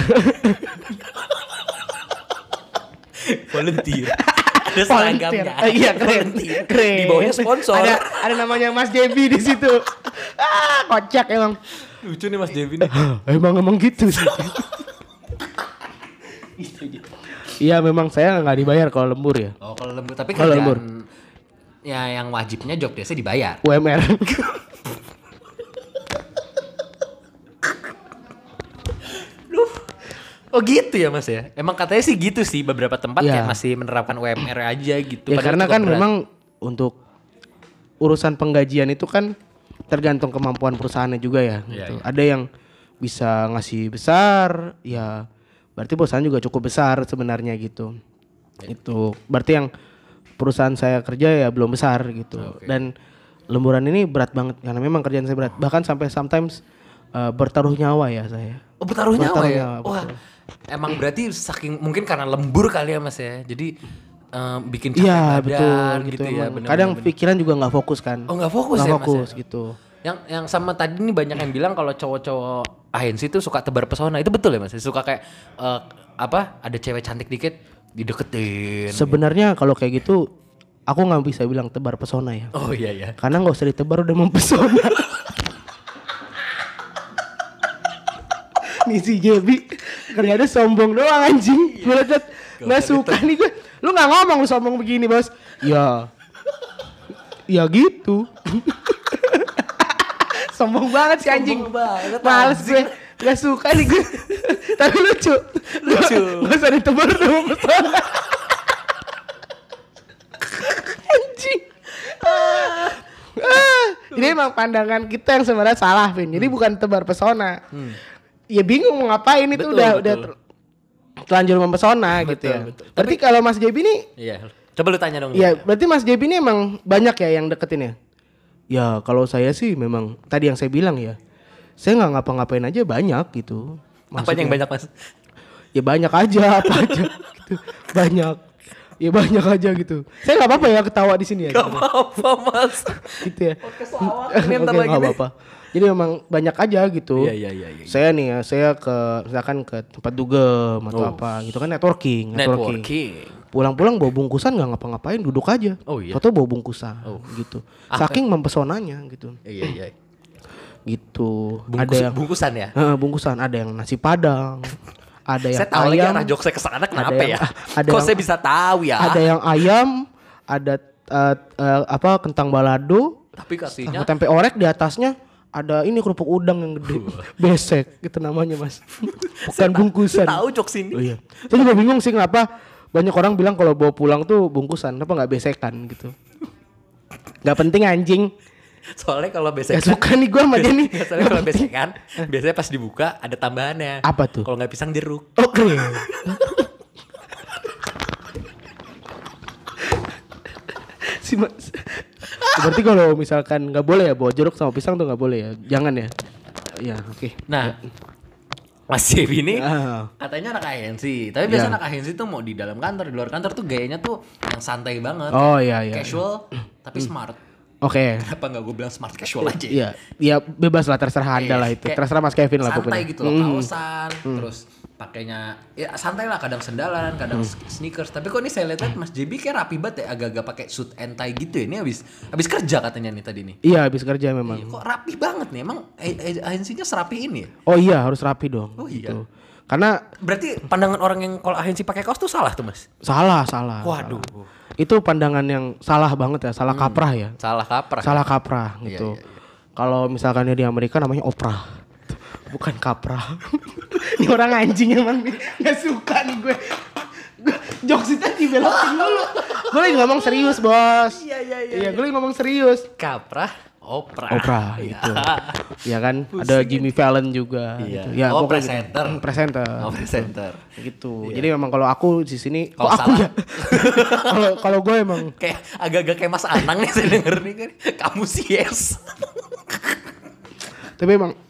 [SPEAKER 1] volunteer. Ada seragamnya.
[SPEAKER 2] Eh, iya keren,
[SPEAKER 1] Volunteer.
[SPEAKER 2] keren.
[SPEAKER 1] Di bawahnya sponsor.
[SPEAKER 2] Ada ada namanya Mas J B di situ. Ah, kocak emang.
[SPEAKER 1] Lucu nih Mas Devi nih.
[SPEAKER 2] emang emang gitu sih. Iya memang saya nggak dibayar kalau lembur ya.
[SPEAKER 1] Oh kalau lembur, tapi
[SPEAKER 2] Kalau
[SPEAKER 1] kerjaan
[SPEAKER 2] lembur.
[SPEAKER 1] ya yang wajibnya job desa dibayar.
[SPEAKER 2] U M R.
[SPEAKER 1] Oh gitu ya Mas ya? Emang katanya sih gitu sih beberapa tempat
[SPEAKER 2] Iya.
[SPEAKER 1] kayak masih menerapkan U M R aja gitu.
[SPEAKER 2] Ya
[SPEAKER 1] Padahal
[SPEAKER 2] karena
[SPEAKER 1] cukup
[SPEAKER 2] kan
[SPEAKER 1] berat.
[SPEAKER 2] memang untuk urusan penggajian itu kan tergantung kemampuan perusahaannya juga ya.
[SPEAKER 1] Iya,
[SPEAKER 2] gitu.
[SPEAKER 1] iya.
[SPEAKER 2] Ada yang bisa ngasih besar, ya berarti perusahaan juga cukup besar sebenarnya gitu.
[SPEAKER 1] Iya.
[SPEAKER 2] Itu berarti yang perusahaan saya kerja ya belum besar gitu.
[SPEAKER 1] Oke.
[SPEAKER 2] Dan lemburan ini berat banget karena memang kerjaan saya berat. Bahkan sampai sometimes uh, bertaruh nyawa ya saya.
[SPEAKER 1] Oh bertaruh nyawa
[SPEAKER 2] Bertaruh
[SPEAKER 1] ya?
[SPEAKER 2] nyawa,
[SPEAKER 1] Wah
[SPEAKER 2] betul.
[SPEAKER 1] emang berarti saking mungkin karena lembur kali ya Mas ya. Jadi em, bikin capek
[SPEAKER 2] Iya
[SPEAKER 1] badan
[SPEAKER 2] betul
[SPEAKER 1] gitu,
[SPEAKER 2] gitu,
[SPEAKER 1] ya.
[SPEAKER 2] emang.
[SPEAKER 1] bener,
[SPEAKER 2] Kadang
[SPEAKER 1] bener, bener.
[SPEAKER 2] pikiran juga nggak fokus kan.
[SPEAKER 1] Oh nggak fokus
[SPEAKER 2] Nggak
[SPEAKER 1] ya Mas
[SPEAKER 2] fokus
[SPEAKER 1] ya?
[SPEAKER 2] gitu.
[SPEAKER 1] Yang yang sama tadi nih banyak yang bilang kalau cowok-cowok agensi itu suka tebar pesona. Itu betul ya Mas? Suka kayak eh, apa? Ada cewek cantik dikit dideketin.
[SPEAKER 2] Sebenarnya kalau kayak gitu aku nggak bisa bilang tebar pesona ya.
[SPEAKER 1] Oh iya ya.
[SPEAKER 2] Karena nggak usah ditebar udah mempesona. Nih si J B ternyata sombong doang anjing. Gue liat nggak suka nih gue. Lu nggak ngomong lu sombong begini bos. Ya, ya gitu. Sombong banget si anjing.
[SPEAKER 1] Sombong banget,
[SPEAKER 2] Males gue. Gak suka nih gue. Tapi lucu.
[SPEAKER 1] Lucu.
[SPEAKER 2] Gak usah ditebar udah mempesona. Anjing. Ah. Jadi emang pandangan kita yang sebenarnya salah, Vin. Jadi bukan tebar pesona. Ya bingung mau ngapain itu
[SPEAKER 1] Betul,
[SPEAKER 2] udah
[SPEAKER 1] betul.
[SPEAKER 2] udah ter- terlanjur mempesona
[SPEAKER 1] Betul,
[SPEAKER 2] gitu ya.
[SPEAKER 1] betul.
[SPEAKER 2] Berarti kalau Mas J B ini
[SPEAKER 1] Iya. Coba lu tanya dong.
[SPEAKER 2] ya berarti Mas J B ini emang banyak ya yang deketin ya? Ya kalau saya sih memang tadi yang saya bilang ya. Saya nggak ngapa-ngapain aja banyak gitu.
[SPEAKER 1] Apa yang banyak Mas?
[SPEAKER 2] Ya banyak aja apa aja gitu. Banyak. Ya banyak aja gitu. Saya nggak apa-apa ya ketawa di sini ya.
[SPEAKER 1] Gak
[SPEAKER 2] gitu.
[SPEAKER 1] apa-apa Mas.
[SPEAKER 2] Gitu ya.
[SPEAKER 1] Ini ntar
[SPEAKER 2] Oke,
[SPEAKER 1] lagi
[SPEAKER 2] nggak
[SPEAKER 1] nih.
[SPEAKER 2] apa-apa. Jadi memang banyak aja gitu.
[SPEAKER 1] Iya, iya, iya, iya.
[SPEAKER 2] Saya nih ya, saya ke misalkan ke tempat dugem atau
[SPEAKER 1] Oh.
[SPEAKER 2] apa gitu kan networking, networking.
[SPEAKER 1] Networking.
[SPEAKER 2] Pulang-pulang bawa bungkusan nggak ngapa-ngapain, duduk aja.
[SPEAKER 1] Oh, iya.
[SPEAKER 2] Atau bawa bungkusan
[SPEAKER 1] Oh.
[SPEAKER 2] gitu.
[SPEAKER 1] Ah,
[SPEAKER 2] Saking mempesonanya gitu.
[SPEAKER 1] Iya iya.
[SPEAKER 2] Gitu.
[SPEAKER 1] Bungkus,
[SPEAKER 2] ada yang
[SPEAKER 1] bungkusan ya.
[SPEAKER 2] Eh, bungkusan, ada yang nasi padang. Ada yang
[SPEAKER 1] Saya tahu lagi
[SPEAKER 2] ayam.
[SPEAKER 1] arah jok saya kesana kenapa
[SPEAKER 2] yang-
[SPEAKER 1] ya?
[SPEAKER 2] ada
[SPEAKER 1] Kok
[SPEAKER 2] yang-
[SPEAKER 1] saya bisa tahu ya?
[SPEAKER 2] Ada yang ayam, ada eh, eh, apa kentang balado,
[SPEAKER 1] Tapi kasihnya
[SPEAKER 2] sama tempe orek di atasnya ada ini kerupuk udang yang gede. Besek gitu namanya, Mas. Bukan bungkusan.
[SPEAKER 1] tahu jok sini.
[SPEAKER 2] Oh iya. Saya juga bingung sih kenapa banyak orang bilang kalau bawa pulang tuh bungkusan, kenapa nggak besekan gitu. Nggak penting anjing.
[SPEAKER 1] Soalnya kalau
[SPEAKER 2] Gak
[SPEAKER 1] besekan
[SPEAKER 2] suka nih gue sama dia nih.
[SPEAKER 1] soalnya kalau besekan biasanya pas dibuka ada tambahannya.
[SPEAKER 2] Apa tuh?
[SPEAKER 1] Kalau nggak pisang jeruk.
[SPEAKER 2] Oke. Si Mas. Berarti kalau misalkan nggak boleh ya bawa jeruk sama pisang tuh nggak boleh ya. Jangan ya. Ya oke.
[SPEAKER 1] Nah, Mas Devi ini
[SPEAKER 2] Ah.
[SPEAKER 1] katanya anak agensi, tapi biasa
[SPEAKER 2] Ya.
[SPEAKER 1] anak agensi tuh mau di dalam kantor, di luar kantor tuh gayanya tuh yang santai banget.
[SPEAKER 2] Oh iya iya.
[SPEAKER 1] Casual tapi smart.
[SPEAKER 2] Oke.
[SPEAKER 1] Kenapa nggak gue bilang smart casual aja?
[SPEAKER 2] Iya, ya bebas lah terserah Anda
[SPEAKER 1] Iya,
[SPEAKER 2] lah itu.
[SPEAKER 1] kayak
[SPEAKER 2] Terserah Mas Kevin lah pokoknya.
[SPEAKER 1] santai gitu loh,
[SPEAKER 2] Mm.
[SPEAKER 1] kaosan, terus pakainya ya santai lah, kadang sendalan, kadang sneakers. Tapi kok ini saya lihat Mas J B kayak rapi banget ya, agak-agak pakai suit and tie gitu ya. Ini habis habis kerja katanya nih tadi nih.
[SPEAKER 2] Iya, habis kerja memang.
[SPEAKER 1] Iya, kok rapi banget nih. Emang a- a- agensinya serapi ini ya?
[SPEAKER 2] Oh iya, harus rapi dong.
[SPEAKER 1] Oh iya.
[SPEAKER 2] Gitu. Karena
[SPEAKER 1] Berarti pandangan orang yang kalau agensi pakai kaos tuh salah tuh, Mas?
[SPEAKER 2] salah, salah.
[SPEAKER 1] Waduh.
[SPEAKER 2] salah. Itu pandangan yang salah banget ya, salah kaprah ya.
[SPEAKER 1] Salah kaprah.
[SPEAKER 2] Salah kaprah
[SPEAKER 1] Iya,
[SPEAKER 2] gitu.
[SPEAKER 1] iya, iya.
[SPEAKER 2] Kalau misalkan dia di Amerika namanya oprah. Bukan kaprah. Ini orang anjing emang nih. Gak suka nih gue. Gue- Jokes itu dibelokin dulu. Gue lagi ngomong serius, Bos.
[SPEAKER 1] Iya, iya, iya.
[SPEAKER 2] Iya, gue lagi ngomong serius.
[SPEAKER 1] Kaprah, oprah.
[SPEAKER 2] Oprah
[SPEAKER 1] Iya.
[SPEAKER 2] gitu. Ya kan, ada Jimmy Fallon juga
[SPEAKER 1] Iya.
[SPEAKER 2] gitu. Ya,
[SPEAKER 1] Oh,
[SPEAKER 2] pokoknya
[SPEAKER 1] presenter.
[SPEAKER 2] Gitu. Presenter.
[SPEAKER 1] Oh, presenter.
[SPEAKER 2] Gitu. Jadi memang kalau aku di sini kok
[SPEAKER 1] Kalau
[SPEAKER 2] aku
[SPEAKER 1] salah.
[SPEAKER 2] ya. Kalau kalau gue emang
[SPEAKER 1] Kayak agak-agak kayak Mas Anang nih saya denger nih kan. Kamu sih yes.
[SPEAKER 2] tapi emang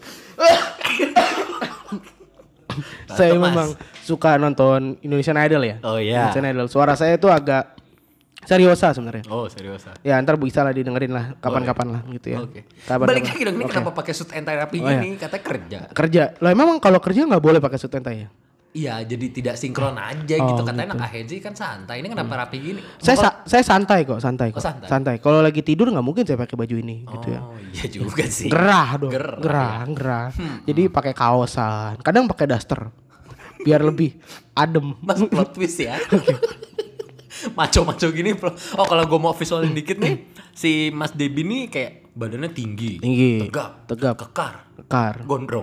[SPEAKER 2] saya
[SPEAKER 1] Mas.
[SPEAKER 2] memang suka nonton Indonesian Idol ya.
[SPEAKER 1] Oh, iya.
[SPEAKER 2] Indonesian Idol. Suara saya itu agak seriosa sebenarnya.
[SPEAKER 1] Oh, serius ah.
[SPEAKER 2] Ya ntar bisa lah didengerin lah kapan-kapan lah gitu ya.
[SPEAKER 1] Oke.
[SPEAKER 2] Kapan-kapan.
[SPEAKER 1] Balik lagi dong, ini
[SPEAKER 2] Oke.
[SPEAKER 1] kenapa pakai suit and tie rapi
[SPEAKER 2] Oh, iya.
[SPEAKER 1] gini? Katanya kerja.
[SPEAKER 2] Kerja. Lah memang kalau kerja nggak boleh pakai suit and tie ya?
[SPEAKER 1] Iya, jadi tidak sinkron aja
[SPEAKER 2] Oh,
[SPEAKER 1] gitu. Katanya
[SPEAKER 2] gitu.
[SPEAKER 1] anak agensi kan santai. Ini kenapa rapi gini?
[SPEAKER 2] Saya
[SPEAKER 1] Kalau-
[SPEAKER 2] sa- saya santai kok, santai kok.
[SPEAKER 1] Oh, santai.
[SPEAKER 2] Kalau lagi tidur nggak mungkin saya pakai baju ini gitu ya.
[SPEAKER 1] Oh, iya juga sih.
[SPEAKER 2] Gerah dong.
[SPEAKER 1] Gerah,
[SPEAKER 2] Gerah, gerah. Jadi pakai kaosan. Kadang pakai daster. Biar lebih adem.
[SPEAKER 1] Mas plot twist ya. Maco-maco gini. plo- Oh, kalau gue mau visualin dikit nih, si Mas Debi nih kayak badannya tinggi,
[SPEAKER 2] Tinggi.
[SPEAKER 1] tegap,
[SPEAKER 2] Tegap.
[SPEAKER 1] kekar,
[SPEAKER 2] Kar.
[SPEAKER 1] gondrong.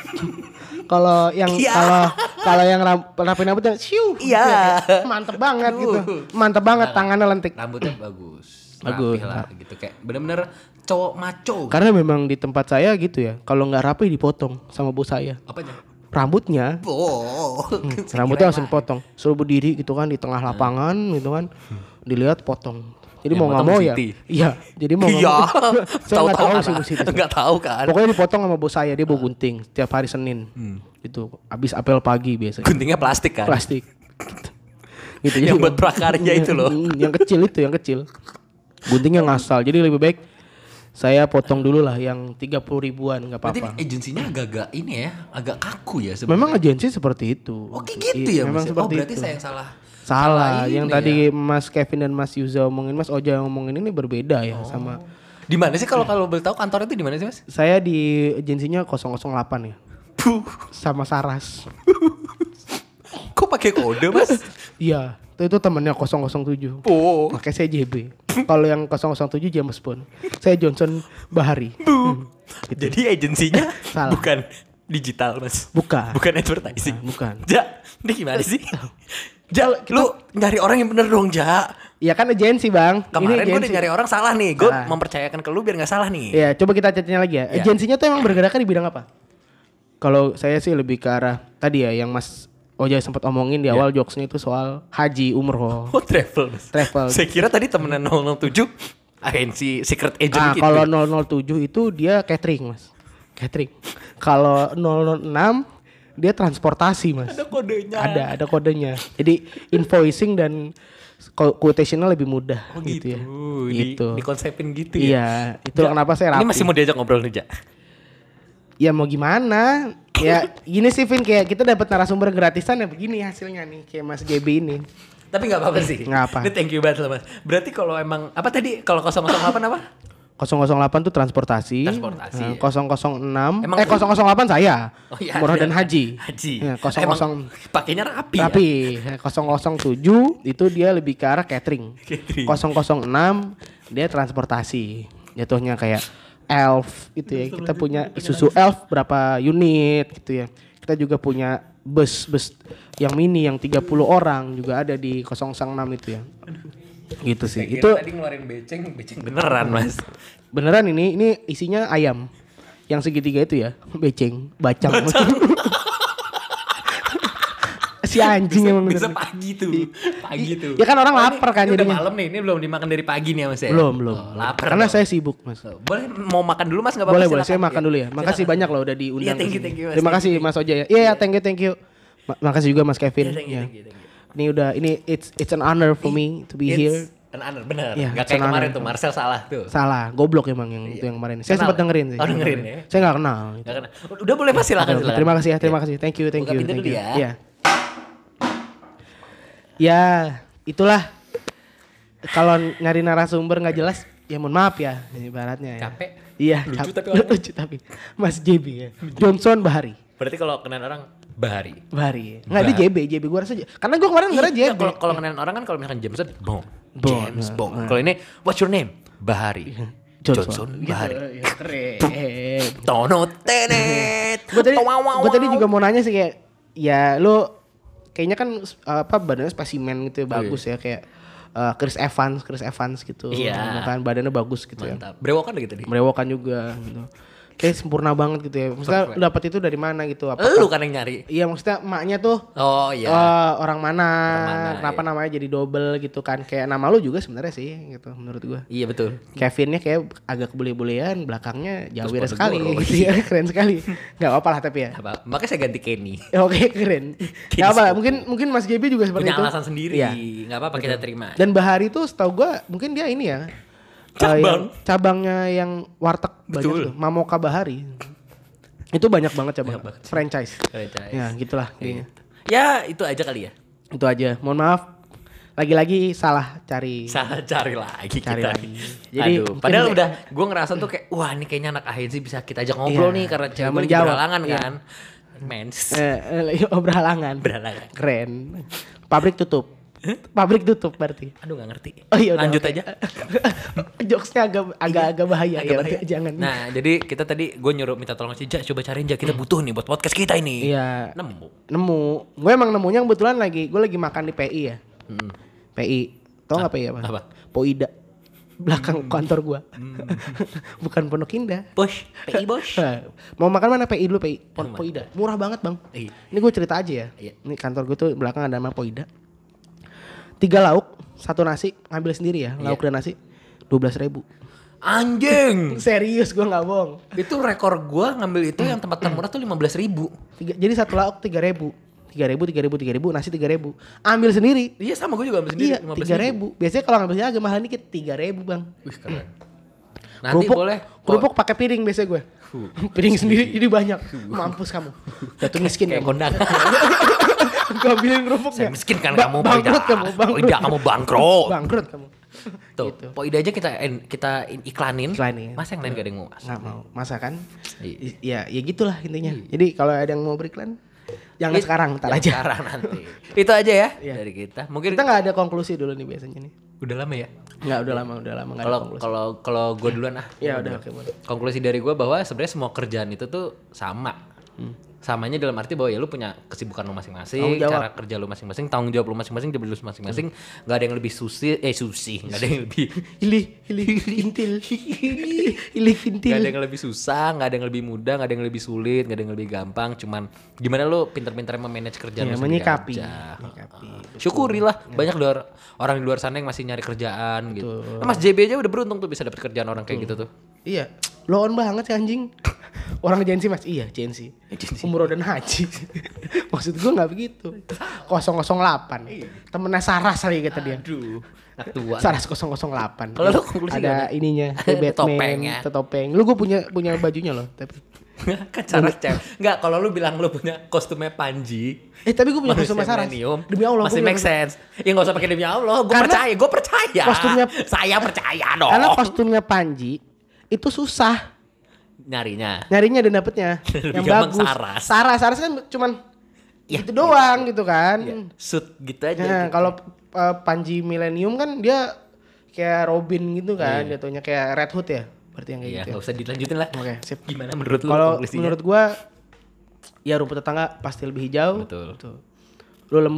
[SPEAKER 2] Kalau yang
[SPEAKER 1] Iya.
[SPEAKER 2] kalau kalau yang ram- rapi rambutnya siu.
[SPEAKER 1] Iya.
[SPEAKER 2] Kayak Mantep banget
[SPEAKER 1] Aduh.
[SPEAKER 2] gitu. Mantep banget tangannya lentik.
[SPEAKER 1] Rambutnya bagus,
[SPEAKER 2] Bagus.
[SPEAKER 1] rapi lah gitu kayak bener-bener cowok maco.
[SPEAKER 2] Karena memang di tempat saya gitu ya. Kalau nggak rapi dipotong sama bos saya.
[SPEAKER 1] Apanya?
[SPEAKER 2] Rambutnya
[SPEAKER 1] Oh,
[SPEAKER 2] rambutnya langsung potong. Suruh berdiri gitu kan di tengah lapangan gitu kan. Dilihat potong. Jadi
[SPEAKER 1] Yang
[SPEAKER 2] mau nggak
[SPEAKER 1] potong
[SPEAKER 2] mau ya.
[SPEAKER 1] Siti.
[SPEAKER 2] Iya. Jadi mau nggak
[SPEAKER 1] Iya,
[SPEAKER 2] mau. Saya nggak tahu
[SPEAKER 1] kan,
[SPEAKER 2] sih mesti itu.
[SPEAKER 1] nggak tahu kan.
[SPEAKER 2] Pokoknya dipotong sama bos saya, dia bawa gunting tiap hari Senin.
[SPEAKER 1] Hmm.
[SPEAKER 2] Itu habis apel pagi biasanya.
[SPEAKER 1] Guntingnya plastik kan?
[SPEAKER 2] Plastik. gitu.
[SPEAKER 1] Yang buat prakarya itu loh.
[SPEAKER 2] Mm, yang kecil itu, yang kecil. Guntingnya ngasal. Jadi lebih baik saya potong dulu lah yang tiga puluh ribuan nggak
[SPEAKER 1] Berarti
[SPEAKER 2] apa-apa.
[SPEAKER 1] agensinya agak-agak ini ya, agak kaku ya sebenarnya.
[SPEAKER 2] Memang agensi seperti itu.
[SPEAKER 1] Oke gitu
[SPEAKER 2] I-
[SPEAKER 1] ya
[SPEAKER 2] Memang
[SPEAKER 1] Mas. ya? Oh
[SPEAKER 2] seperti
[SPEAKER 1] berarti
[SPEAKER 2] itu.
[SPEAKER 1] saya yang salah.
[SPEAKER 2] Salah, yang
[SPEAKER 1] ini
[SPEAKER 2] tadi
[SPEAKER 1] ya.
[SPEAKER 2] Mas Kevin dan Mas Yuza omongin, Mas Oja ngomongin ini berbeda ya sama
[SPEAKER 1] Di mana sih kalau kalau boleh tahu kantornya itu di mana sih Mas?
[SPEAKER 2] saya di agensinya nol nol delapan ya.
[SPEAKER 1] Puh,
[SPEAKER 2] Sama Saras.
[SPEAKER 1] kok pakai kode Mas?
[SPEAKER 2] Iya, itu, itu temennya nol nol tujuh.
[SPEAKER 1] Oh,
[SPEAKER 2] Pakai saya J B. Kalau yang nol nol tujuh James Bond. Saya Johnson Bahari. Hmm, gitu.
[SPEAKER 1] jadi agensinya
[SPEAKER 2] Salah.
[SPEAKER 1] bukan digital Mas.
[SPEAKER 2] Bukan.
[SPEAKER 1] Bukan advertising.
[SPEAKER 2] Nah, bukan.
[SPEAKER 1] Ja, ini gimana sih? Ja, lu nyari orang yang bener dong Ja.
[SPEAKER 2] Iya kan agensi bang.
[SPEAKER 1] Kemarin gue udah
[SPEAKER 2] agensi.
[SPEAKER 1] nyari orang salah nih. Gue
[SPEAKER 2] Salah.
[SPEAKER 1] mempercayakan ke lu biar gak salah nih.
[SPEAKER 2] Iya, coba kita chatnya lagi ya.
[SPEAKER 1] Iya.
[SPEAKER 2] Agensinya tuh emang bergeraknya di bidang apa? Kalau saya sih lebih ke arah tadi ya yang Mas Oja sempat omongin di
[SPEAKER 1] Iya.
[SPEAKER 2] awal jokesnya itu soal haji umroh.
[SPEAKER 1] Oh travel Mas.
[SPEAKER 2] Travel.
[SPEAKER 1] Saya kira tadi temenan nol nol tujuh agensi secret agent
[SPEAKER 2] Nah,
[SPEAKER 1] gitu.
[SPEAKER 2] kalau nol nol tujuh itu dia catering, Mas. Catering. Kalau nol nol enam dia transportasi, Mas.
[SPEAKER 1] ada kodenya.
[SPEAKER 2] Ada, ada kodenya. Jadi invoicing dan co- quotation-nya lebih mudah
[SPEAKER 1] Oh
[SPEAKER 2] gitu,
[SPEAKER 1] gitu.
[SPEAKER 2] ya.
[SPEAKER 1] Di,
[SPEAKER 2] Gitu.
[SPEAKER 1] dikonsepin gitu ya.
[SPEAKER 2] Iya, itu
[SPEAKER 1] Ja,
[SPEAKER 2] kenapa saya rapi.
[SPEAKER 1] Ini masih mau diajak ngobrol nih, Ja.
[SPEAKER 2] Ya mau gimana? Ya gini sih Vin, kayak kita dapat narasumber gratisan ya begini hasilnya nih kayak Mas J B ini.
[SPEAKER 1] Tapi nggak apa-apa sih.
[SPEAKER 2] Nggak apa.
[SPEAKER 1] Ini thank you banget loh Mas. Berarti kalau emang apa tadi kalau nol nol delapan apa?
[SPEAKER 2] nol nol delapan tuh transportasi.
[SPEAKER 1] Transportasi,
[SPEAKER 2] Nah,
[SPEAKER 1] ya.
[SPEAKER 2] nol nol enam
[SPEAKER 1] Emang-
[SPEAKER 2] eh nol nol delapan saya.
[SPEAKER 1] Oh iya.
[SPEAKER 2] Umroh
[SPEAKER 1] iya.
[SPEAKER 2] dan haji.
[SPEAKER 1] Haji.
[SPEAKER 2] Ya, nol nol
[SPEAKER 1] Emang pakainya rapi.
[SPEAKER 2] Rapi. nol nol tujuh itu dia lebih ke arah catering.
[SPEAKER 1] Catering.
[SPEAKER 2] nol nol enam dia transportasi. Jatuhnya kayak Elf gitu ya. Kita punya Isuzu Elf berapa unit gitu ya. Kita juga punya bus-bus yang mini yang tiga puluh orang juga ada di nol nol enam itu ya. Gitu sih.
[SPEAKER 1] Saya
[SPEAKER 2] Itu
[SPEAKER 1] kira tadi ngeluarin beceng, beceng beneran mas.
[SPEAKER 2] beneran ini ini isinya ayam. Yang segitiga itu ya, beceng, bacang. Si anjing
[SPEAKER 1] Bisa,
[SPEAKER 2] emang
[SPEAKER 1] bisa
[SPEAKER 2] bener.
[SPEAKER 1] pagi tuh, pagi tuh.
[SPEAKER 2] Ya kan orang
[SPEAKER 1] Oh,
[SPEAKER 2] lapar
[SPEAKER 1] ini,
[SPEAKER 2] kan
[SPEAKER 1] ini udah
[SPEAKER 2] jadinya.
[SPEAKER 1] malam nih, ini belum dimakan dari pagi nih ya mas ya?
[SPEAKER 2] Belum, belum.
[SPEAKER 1] Oh, lapar
[SPEAKER 2] Karena
[SPEAKER 1] dong.
[SPEAKER 2] saya sibuk, Mas.
[SPEAKER 1] Oh, boleh mau makan dulu mas nggak apa-apa?
[SPEAKER 2] Boleh, boleh.
[SPEAKER 1] silakan.
[SPEAKER 2] Saya makan dulu ya. Makasih
[SPEAKER 1] Silakan.
[SPEAKER 2] banyak loh udah diundang.
[SPEAKER 1] Iya, thank you,
[SPEAKER 2] ke sini.
[SPEAKER 1] thank you, Mas.
[SPEAKER 2] Terima
[SPEAKER 1] Thank
[SPEAKER 2] kasih
[SPEAKER 1] you,
[SPEAKER 2] Mas Oja ya. Iya, ya, thank you, thank you. Ma- makasih juga Mas Kevin.
[SPEAKER 1] Iya, thank you,
[SPEAKER 2] Ya.
[SPEAKER 1] thank you, thank you.
[SPEAKER 2] Ini udah ini it's it's an honor for me to be
[SPEAKER 1] It's
[SPEAKER 2] here.
[SPEAKER 1] an honor, bener.
[SPEAKER 2] Iya,
[SPEAKER 1] Gak
[SPEAKER 2] it's
[SPEAKER 1] kayak
[SPEAKER 2] an
[SPEAKER 1] kemarin
[SPEAKER 2] honor.
[SPEAKER 1] tuh, Marcel salah tuh.
[SPEAKER 2] Salah, goblok emang yang itu yang kemarin. Saya
[SPEAKER 1] Kenal
[SPEAKER 2] sempat
[SPEAKER 1] ya?
[SPEAKER 2] dengerin sih.
[SPEAKER 1] Oh, dengerin ya?
[SPEAKER 2] Saya nggak kenal.
[SPEAKER 1] Gak kena. Udah boleh mas silakan,
[SPEAKER 2] Oke, oke.
[SPEAKER 1] silakan.
[SPEAKER 2] Terima kasih ya, terima
[SPEAKER 1] Iya.
[SPEAKER 2] kasih. Thank you, thank
[SPEAKER 1] Buka
[SPEAKER 2] you,
[SPEAKER 1] pintu
[SPEAKER 2] thank
[SPEAKER 1] dulu
[SPEAKER 2] you.
[SPEAKER 1] ya.
[SPEAKER 2] Iya. Ya, itulah. Kalau nyari narasumber nggak jelas, ya mohon maaf ya, ibaratnya ya.
[SPEAKER 1] Capek.
[SPEAKER 2] Iya,
[SPEAKER 1] Lucu
[SPEAKER 2] cap-
[SPEAKER 1] tapi orangnya.
[SPEAKER 2] lucu tapi. Mas J B ya. Johnson Bahari.
[SPEAKER 1] Berarti kalau kenal orang Bahari.
[SPEAKER 2] Bahari. Enggak dia J B, J B gua rasa. J- Karena gua kemarin ngira J
[SPEAKER 1] Iya,
[SPEAKER 2] B.
[SPEAKER 1] kalau kalau kenal orang kan kalau misalkan James Bond.
[SPEAKER 2] Bond,
[SPEAKER 1] James
[SPEAKER 2] nah,
[SPEAKER 1] Bond.
[SPEAKER 2] nah.
[SPEAKER 1] Kalau ini what's your name? Bahari. Johnson,
[SPEAKER 2] Gitu,
[SPEAKER 1] Bahari.
[SPEAKER 2] ya, keren.
[SPEAKER 1] Tono tenet.
[SPEAKER 2] Gue tadi,
[SPEAKER 1] Wow, wow,
[SPEAKER 2] gua tadi
[SPEAKER 1] wow.
[SPEAKER 2] juga mau nanya sih kayak, ya lu kayaknya kan apa badannya spesimen gitu ya,
[SPEAKER 1] Oh,
[SPEAKER 2] bagus ya kayak uh, Chris Evans, Chris Evans gitu.
[SPEAKER 1] Iya.
[SPEAKER 2] Kan badannya bagus gitu ya.
[SPEAKER 1] Mantap. Brewokan gitu nih.
[SPEAKER 2] Merewokan juga gitu. Kayak sempurna banget gitu ya. Maksudnya lu dapat itu dari mana gitu? Apa?
[SPEAKER 1] Lu kan yang nyari.
[SPEAKER 2] Iya maksudnya emaknya tuh
[SPEAKER 1] Oh iya.
[SPEAKER 2] eh, orang mana?
[SPEAKER 1] mana,
[SPEAKER 2] Kenapa
[SPEAKER 1] iya.
[SPEAKER 2] namanya jadi double gitu kan? Kayak nama lu juga sebenarnya sih gitu menurut gua.
[SPEAKER 1] Iya betul.
[SPEAKER 2] Kevinnya kayak agak kebule-bulean, belakangnya jawir
[SPEAKER 1] Terus
[SPEAKER 2] sekali
[SPEAKER 1] Ponegoro.
[SPEAKER 2] gitu ya. Keren sekali. Gak apa-apa lah tapi ya.
[SPEAKER 1] Apa? Makanya saya ganti Kenny.
[SPEAKER 2] Oke keren. Gak apa lah, mungkin mungkin Mas J B juga seperti
[SPEAKER 1] Punya
[SPEAKER 2] itu.
[SPEAKER 1] alasan sendiri.
[SPEAKER 2] Iya.
[SPEAKER 1] Nggak apa-apa kita terima.
[SPEAKER 2] Dan Bahari tuh setahu gua mungkin dia ini ya. eh,
[SPEAKER 1] Cabang.
[SPEAKER 2] yang cabangnya yang warteg banyak
[SPEAKER 1] Betul.
[SPEAKER 2] tuh, Mamoka Bahari. Itu banyak banget cabang.
[SPEAKER 1] Banyak banget.
[SPEAKER 2] Franchise.
[SPEAKER 1] Franchise.
[SPEAKER 2] Ya, gitulah kayaknya.
[SPEAKER 1] Ya itu aja kali ya.
[SPEAKER 2] Itu aja. Mohon maaf. Lagi-lagi salah cari.
[SPEAKER 1] Salah cari lagi
[SPEAKER 2] Cari
[SPEAKER 1] kita.
[SPEAKER 2] lagi. Jadi,
[SPEAKER 1] Aduh,
[SPEAKER 2] mungkin
[SPEAKER 1] padahal
[SPEAKER 2] dia-
[SPEAKER 1] udah gue ngerasa tuh kayak wah ini kayaknya anak A H Z bisa kita ajak ngobrol
[SPEAKER 2] Iya,
[SPEAKER 1] nih karena cewek
[SPEAKER 2] jangan
[SPEAKER 1] gue lagi
[SPEAKER 2] menjawab.
[SPEAKER 1] beralangan
[SPEAKER 2] Iya.
[SPEAKER 1] kan. Mens.
[SPEAKER 2] Eh, eh, oh, berhalangan.
[SPEAKER 1] Beralangan.
[SPEAKER 2] Keren. Pabrik tutup. Pabrik tutup berarti.
[SPEAKER 1] Aduh gak ngerti.
[SPEAKER 2] Oh iya udah,
[SPEAKER 1] Lanjut
[SPEAKER 2] oke.
[SPEAKER 1] aja.
[SPEAKER 2] Jokesnya agak agak agak bahaya
[SPEAKER 1] Agak
[SPEAKER 2] ya.
[SPEAKER 1] bahaya.
[SPEAKER 2] Jangan.
[SPEAKER 1] Nah jadi kita tadi gue nyuruh minta tolong si Ja coba cariin Ja kita butuh nih buat podcast kita ini.
[SPEAKER 2] Iya.
[SPEAKER 1] Nemu.
[SPEAKER 2] Nemu. Gue emang nemunya kebetulan lagi. Gue lagi makan di P I ya.
[SPEAKER 1] Hmm.
[SPEAKER 2] P I. Tau nggak P I apa?
[SPEAKER 1] Apa?
[SPEAKER 2] Poida. Belakang kantor gua.
[SPEAKER 1] Hmm.
[SPEAKER 2] Bukan Pondok Indah.
[SPEAKER 1] Bos, P I bos.
[SPEAKER 2] Mau makan mana P I dulu P I? Pon
[SPEAKER 1] Yang mana?
[SPEAKER 2] Poida. Murah banget bang.
[SPEAKER 1] Iya.
[SPEAKER 2] Ini gue cerita aja ya.
[SPEAKER 1] Iya.
[SPEAKER 2] Ini kantor gue tuh belakang ada nama Poida. Tiga lauk, satu nasi, ngambil sendiri ya. Lauk
[SPEAKER 1] Iya.
[SPEAKER 2] dan nasi, dua belas ribu.
[SPEAKER 1] Anjing.
[SPEAKER 2] Serius gue nggak bohong.
[SPEAKER 1] Itu rekor gue ngambil itu yang tempat termurah tuh lima belas ribu.
[SPEAKER 2] Tiga, jadi satu lauk tiga ribu. Tiga ribu, tiga ribu, tiga ribu, nasi tiga ribu. Ambil sendiri.
[SPEAKER 1] Iya sama gue juga ambil sendiri
[SPEAKER 2] Iya, tiga ribu. Biasanya kalau ngambilnya agak mahal dikit, tiga ribu bang.
[SPEAKER 1] Wih keren. Nanti
[SPEAKER 2] Kerupuk,
[SPEAKER 1] boleh.
[SPEAKER 2] kerupuk pakai piring biasanya gue.
[SPEAKER 1] Huh.
[SPEAKER 2] Piring sendiri, jadi banyak. Mampus kamu. Jatuh miskin
[SPEAKER 1] Kayak
[SPEAKER 2] kamu.
[SPEAKER 1] kondangan.
[SPEAKER 2] Gue ambilin kerupuknya.
[SPEAKER 1] Saya miskin kan
[SPEAKER 2] Ba-
[SPEAKER 1] kamu,
[SPEAKER 2] bangkrut
[SPEAKER 1] Poida.
[SPEAKER 2] kamu, bangkrut.
[SPEAKER 1] Poida, kamu bangkrut.
[SPEAKER 2] Bangkrut kamu.
[SPEAKER 1] Tuh,
[SPEAKER 2] Gitu.
[SPEAKER 1] Poida aja kita kita iklanin.
[SPEAKER 2] Iklanin.
[SPEAKER 1] Masa yang lain gak ada yang mau mas?
[SPEAKER 2] Nggak mau, masa kan?
[SPEAKER 1] Iya.
[SPEAKER 2] I- Ya, ya gitulah intinya. Jadi kalau ada yang mau beriklan, jangan
[SPEAKER 1] It-
[SPEAKER 2] sekarang, ntar
[SPEAKER 1] jangan
[SPEAKER 2] aja.
[SPEAKER 1] Sekarang nanti. Itu aja ya
[SPEAKER 2] Iya.
[SPEAKER 1] dari kita. Mungkin
[SPEAKER 2] Kita nggak ada konklusi dulu nih biasanya nih.
[SPEAKER 1] udah lama ya.
[SPEAKER 2] Nggak, udah lama, udah lama nggak ada
[SPEAKER 1] Kalau
[SPEAKER 2] konklusi.
[SPEAKER 1] kalau kalau gue duluan ah.
[SPEAKER 2] Ya
[SPEAKER 1] Gua
[SPEAKER 2] udah,
[SPEAKER 1] duluan.
[SPEAKER 2] oke boleh.
[SPEAKER 1] Konklusi dari gue bahwa sebenarnya semua kerjaan itu tuh sama. Samanya dalam arti bahwa ya lu punya kesibukan lu masing-masing,
[SPEAKER 2] Tanggung jawab.
[SPEAKER 1] cara kerja lu masing-masing, tanggung jawab lu masing-masing, job lu masing-masing. Nggak ada yang lebih susi, eh susi, nggak ada yang lebih
[SPEAKER 2] Hilih, hilih, intil, hilih, intil.
[SPEAKER 1] nggak ada yang lebih susah, nggak ada yang lebih mudah, nggak ada yang lebih sulit, nggak ada yang lebih gampang. Cuman gimana lu pinter-pinternya memanage kerjaan
[SPEAKER 2] Ya,
[SPEAKER 1] lu sendiri
[SPEAKER 2] menyikapi.
[SPEAKER 1] aja.
[SPEAKER 2] Menyikapi.
[SPEAKER 1] Syukurilah banyak luar orang di luar sana yang masih nyari kerjaan gitu. Nah, Mas J B aja udah beruntung tuh bisa dapet kerjaan orang kayak gitu tuh.
[SPEAKER 2] Iya, lo on banget sih anjing. Orang Gen Z mas, iya Gen Z. Umroh dan haji. Maksud gue nggak begitu. nol nol delapan. Temennya Saras lagi kata dia.
[SPEAKER 1] Aduh, anak tua.
[SPEAKER 2] Saras nol nol delapan.
[SPEAKER 1] Kalau lu konklusi
[SPEAKER 2] ada
[SPEAKER 1] gimana?
[SPEAKER 2] ininya, kayak Batman,
[SPEAKER 1] Topengnya.
[SPEAKER 2] itu topeng. Lu gue punya punya bajunya loh, tapi
[SPEAKER 1] kan cara cewek. Enggak, kalau lu bilang lu punya kostumnya Panji.
[SPEAKER 2] eh tapi gue punya
[SPEAKER 1] Manusia
[SPEAKER 2] kostum Saras.
[SPEAKER 1] Millennium,
[SPEAKER 2] Demi Allah,
[SPEAKER 1] masih
[SPEAKER 2] gua
[SPEAKER 1] make
[SPEAKER 2] punya-
[SPEAKER 1] sense. Ya enggak usah pakai demi Allah, gue
[SPEAKER 2] Karena
[SPEAKER 1] percaya, gue percaya.
[SPEAKER 2] kostumnya-
[SPEAKER 1] saya percaya dong.
[SPEAKER 2] Karena kostumnya Panji itu susah
[SPEAKER 1] nyarinya.
[SPEAKER 2] nyarinya dan dapetnya
[SPEAKER 1] Lebih
[SPEAKER 2] yang
[SPEAKER 1] gampang
[SPEAKER 2] bagus.
[SPEAKER 1] Saras.
[SPEAKER 2] Saras, Saras kan cuman
[SPEAKER 1] Ya,
[SPEAKER 2] itu doang gitu kan.
[SPEAKER 1] Ya, suit gitu aja.
[SPEAKER 2] Nah,
[SPEAKER 1] gitu.
[SPEAKER 2] kalau uh, Panji Millennium kan dia kayak Robin gitu kan,
[SPEAKER 1] Iya.
[SPEAKER 2] jatuhnya kayak Red Hood ya. Berarti yang kayak
[SPEAKER 1] Iya,
[SPEAKER 2] gitu.
[SPEAKER 1] enggak
[SPEAKER 2] Ya.
[SPEAKER 1] usah dilanjutin lah.
[SPEAKER 2] Oke, sip.
[SPEAKER 1] Gimana menurut lu
[SPEAKER 2] Kalau
[SPEAKER 1] konklusinya?
[SPEAKER 2] menurut gua ya rumput tetangga pasti lebih hijau.
[SPEAKER 1] Betul.
[SPEAKER 2] Tuh. Lu lembur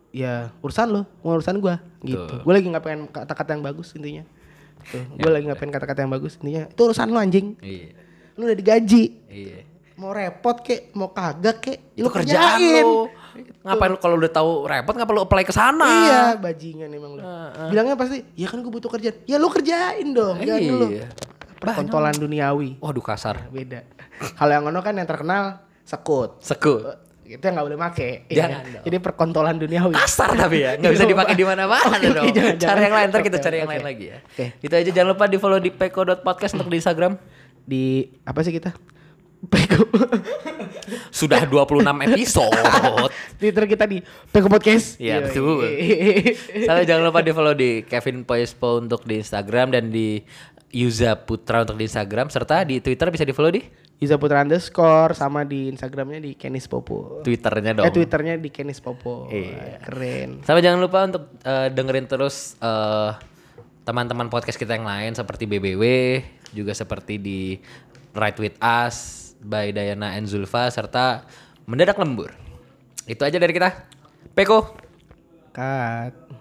[SPEAKER 2] ya urusan lo, bukan urusan gue gitu. Gue lagi nggak pengen kata-kata yang bagus intinya. Tuh, gue lagi nggak pengen kata-kata yang bagus intinya. Itu urusan lo anjing.
[SPEAKER 1] Iya.
[SPEAKER 2] Lu udah digaji.
[SPEAKER 1] Iya.
[SPEAKER 2] Mau repot kek, mau kagak kek,
[SPEAKER 1] Itu
[SPEAKER 2] lu
[SPEAKER 1] kerjaan
[SPEAKER 2] kerjain.
[SPEAKER 1] lu. Ngapain lu kalau udah tahu repot ngapa lu apply ke sana?
[SPEAKER 2] Iya, bajingan emang lu. Bilangnya pasti, ya kan gue butuh kerjaan. Ya lu kerjain dong, jangan lu.
[SPEAKER 1] Iya.
[SPEAKER 2] Perkontolan duniawi.
[SPEAKER 1] Waduh kasar.
[SPEAKER 2] Beda. Kalau yang ono kan yang terkenal sekut.
[SPEAKER 1] Sekut.
[SPEAKER 2] Itu yang nggak boleh make.
[SPEAKER 1] Jangan
[SPEAKER 2] Iya.
[SPEAKER 1] dong.
[SPEAKER 2] Jadi perkontolan duniawi.
[SPEAKER 1] Kasar tapi ya, nggak bisa dipakai di mana-mana
[SPEAKER 2] Oke,
[SPEAKER 1] dong.
[SPEAKER 2] oke, jangan,
[SPEAKER 1] Cari
[SPEAKER 2] jangan.
[SPEAKER 1] yang lain, ntar kita
[SPEAKER 2] Oke,
[SPEAKER 1] cari yang
[SPEAKER 2] oke.
[SPEAKER 1] lain lagi ya.
[SPEAKER 2] Oke.
[SPEAKER 1] Itu aja, jangan lupa di follow di peko dot podcast untuk di Instagram.
[SPEAKER 2] Di apa sih kita? Peko.
[SPEAKER 1] Sudah dua puluh enam episode.
[SPEAKER 2] Twitter kita di Peko Podcast.
[SPEAKER 1] Iya,
[SPEAKER 2] Yoi.
[SPEAKER 1] betul. Salah jangan lupa di follow di Kevin Poespo untuk di Instagram dan di Yuza Putra untuk di Instagram, serta di Twitter bisa di follow di
[SPEAKER 2] Yuza Putra underscore, sama di Instagramnya di Kenis Popo.
[SPEAKER 1] Twitternya dong.
[SPEAKER 2] Eh Twitternya di Kenis Popo.
[SPEAKER 1] Iya.
[SPEAKER 2] Keren.
[SPEAKER 1] Sama jangan lupa untuk eh, dengerin terus eh, teman-teman podcast kita yang lain seperti B B W, juga seperti di Ride With Us by Dayana and Zulfa, serta Mendadak Lembur. Itu aja dari kita. Peko.
[SPEAKER 2] Cut.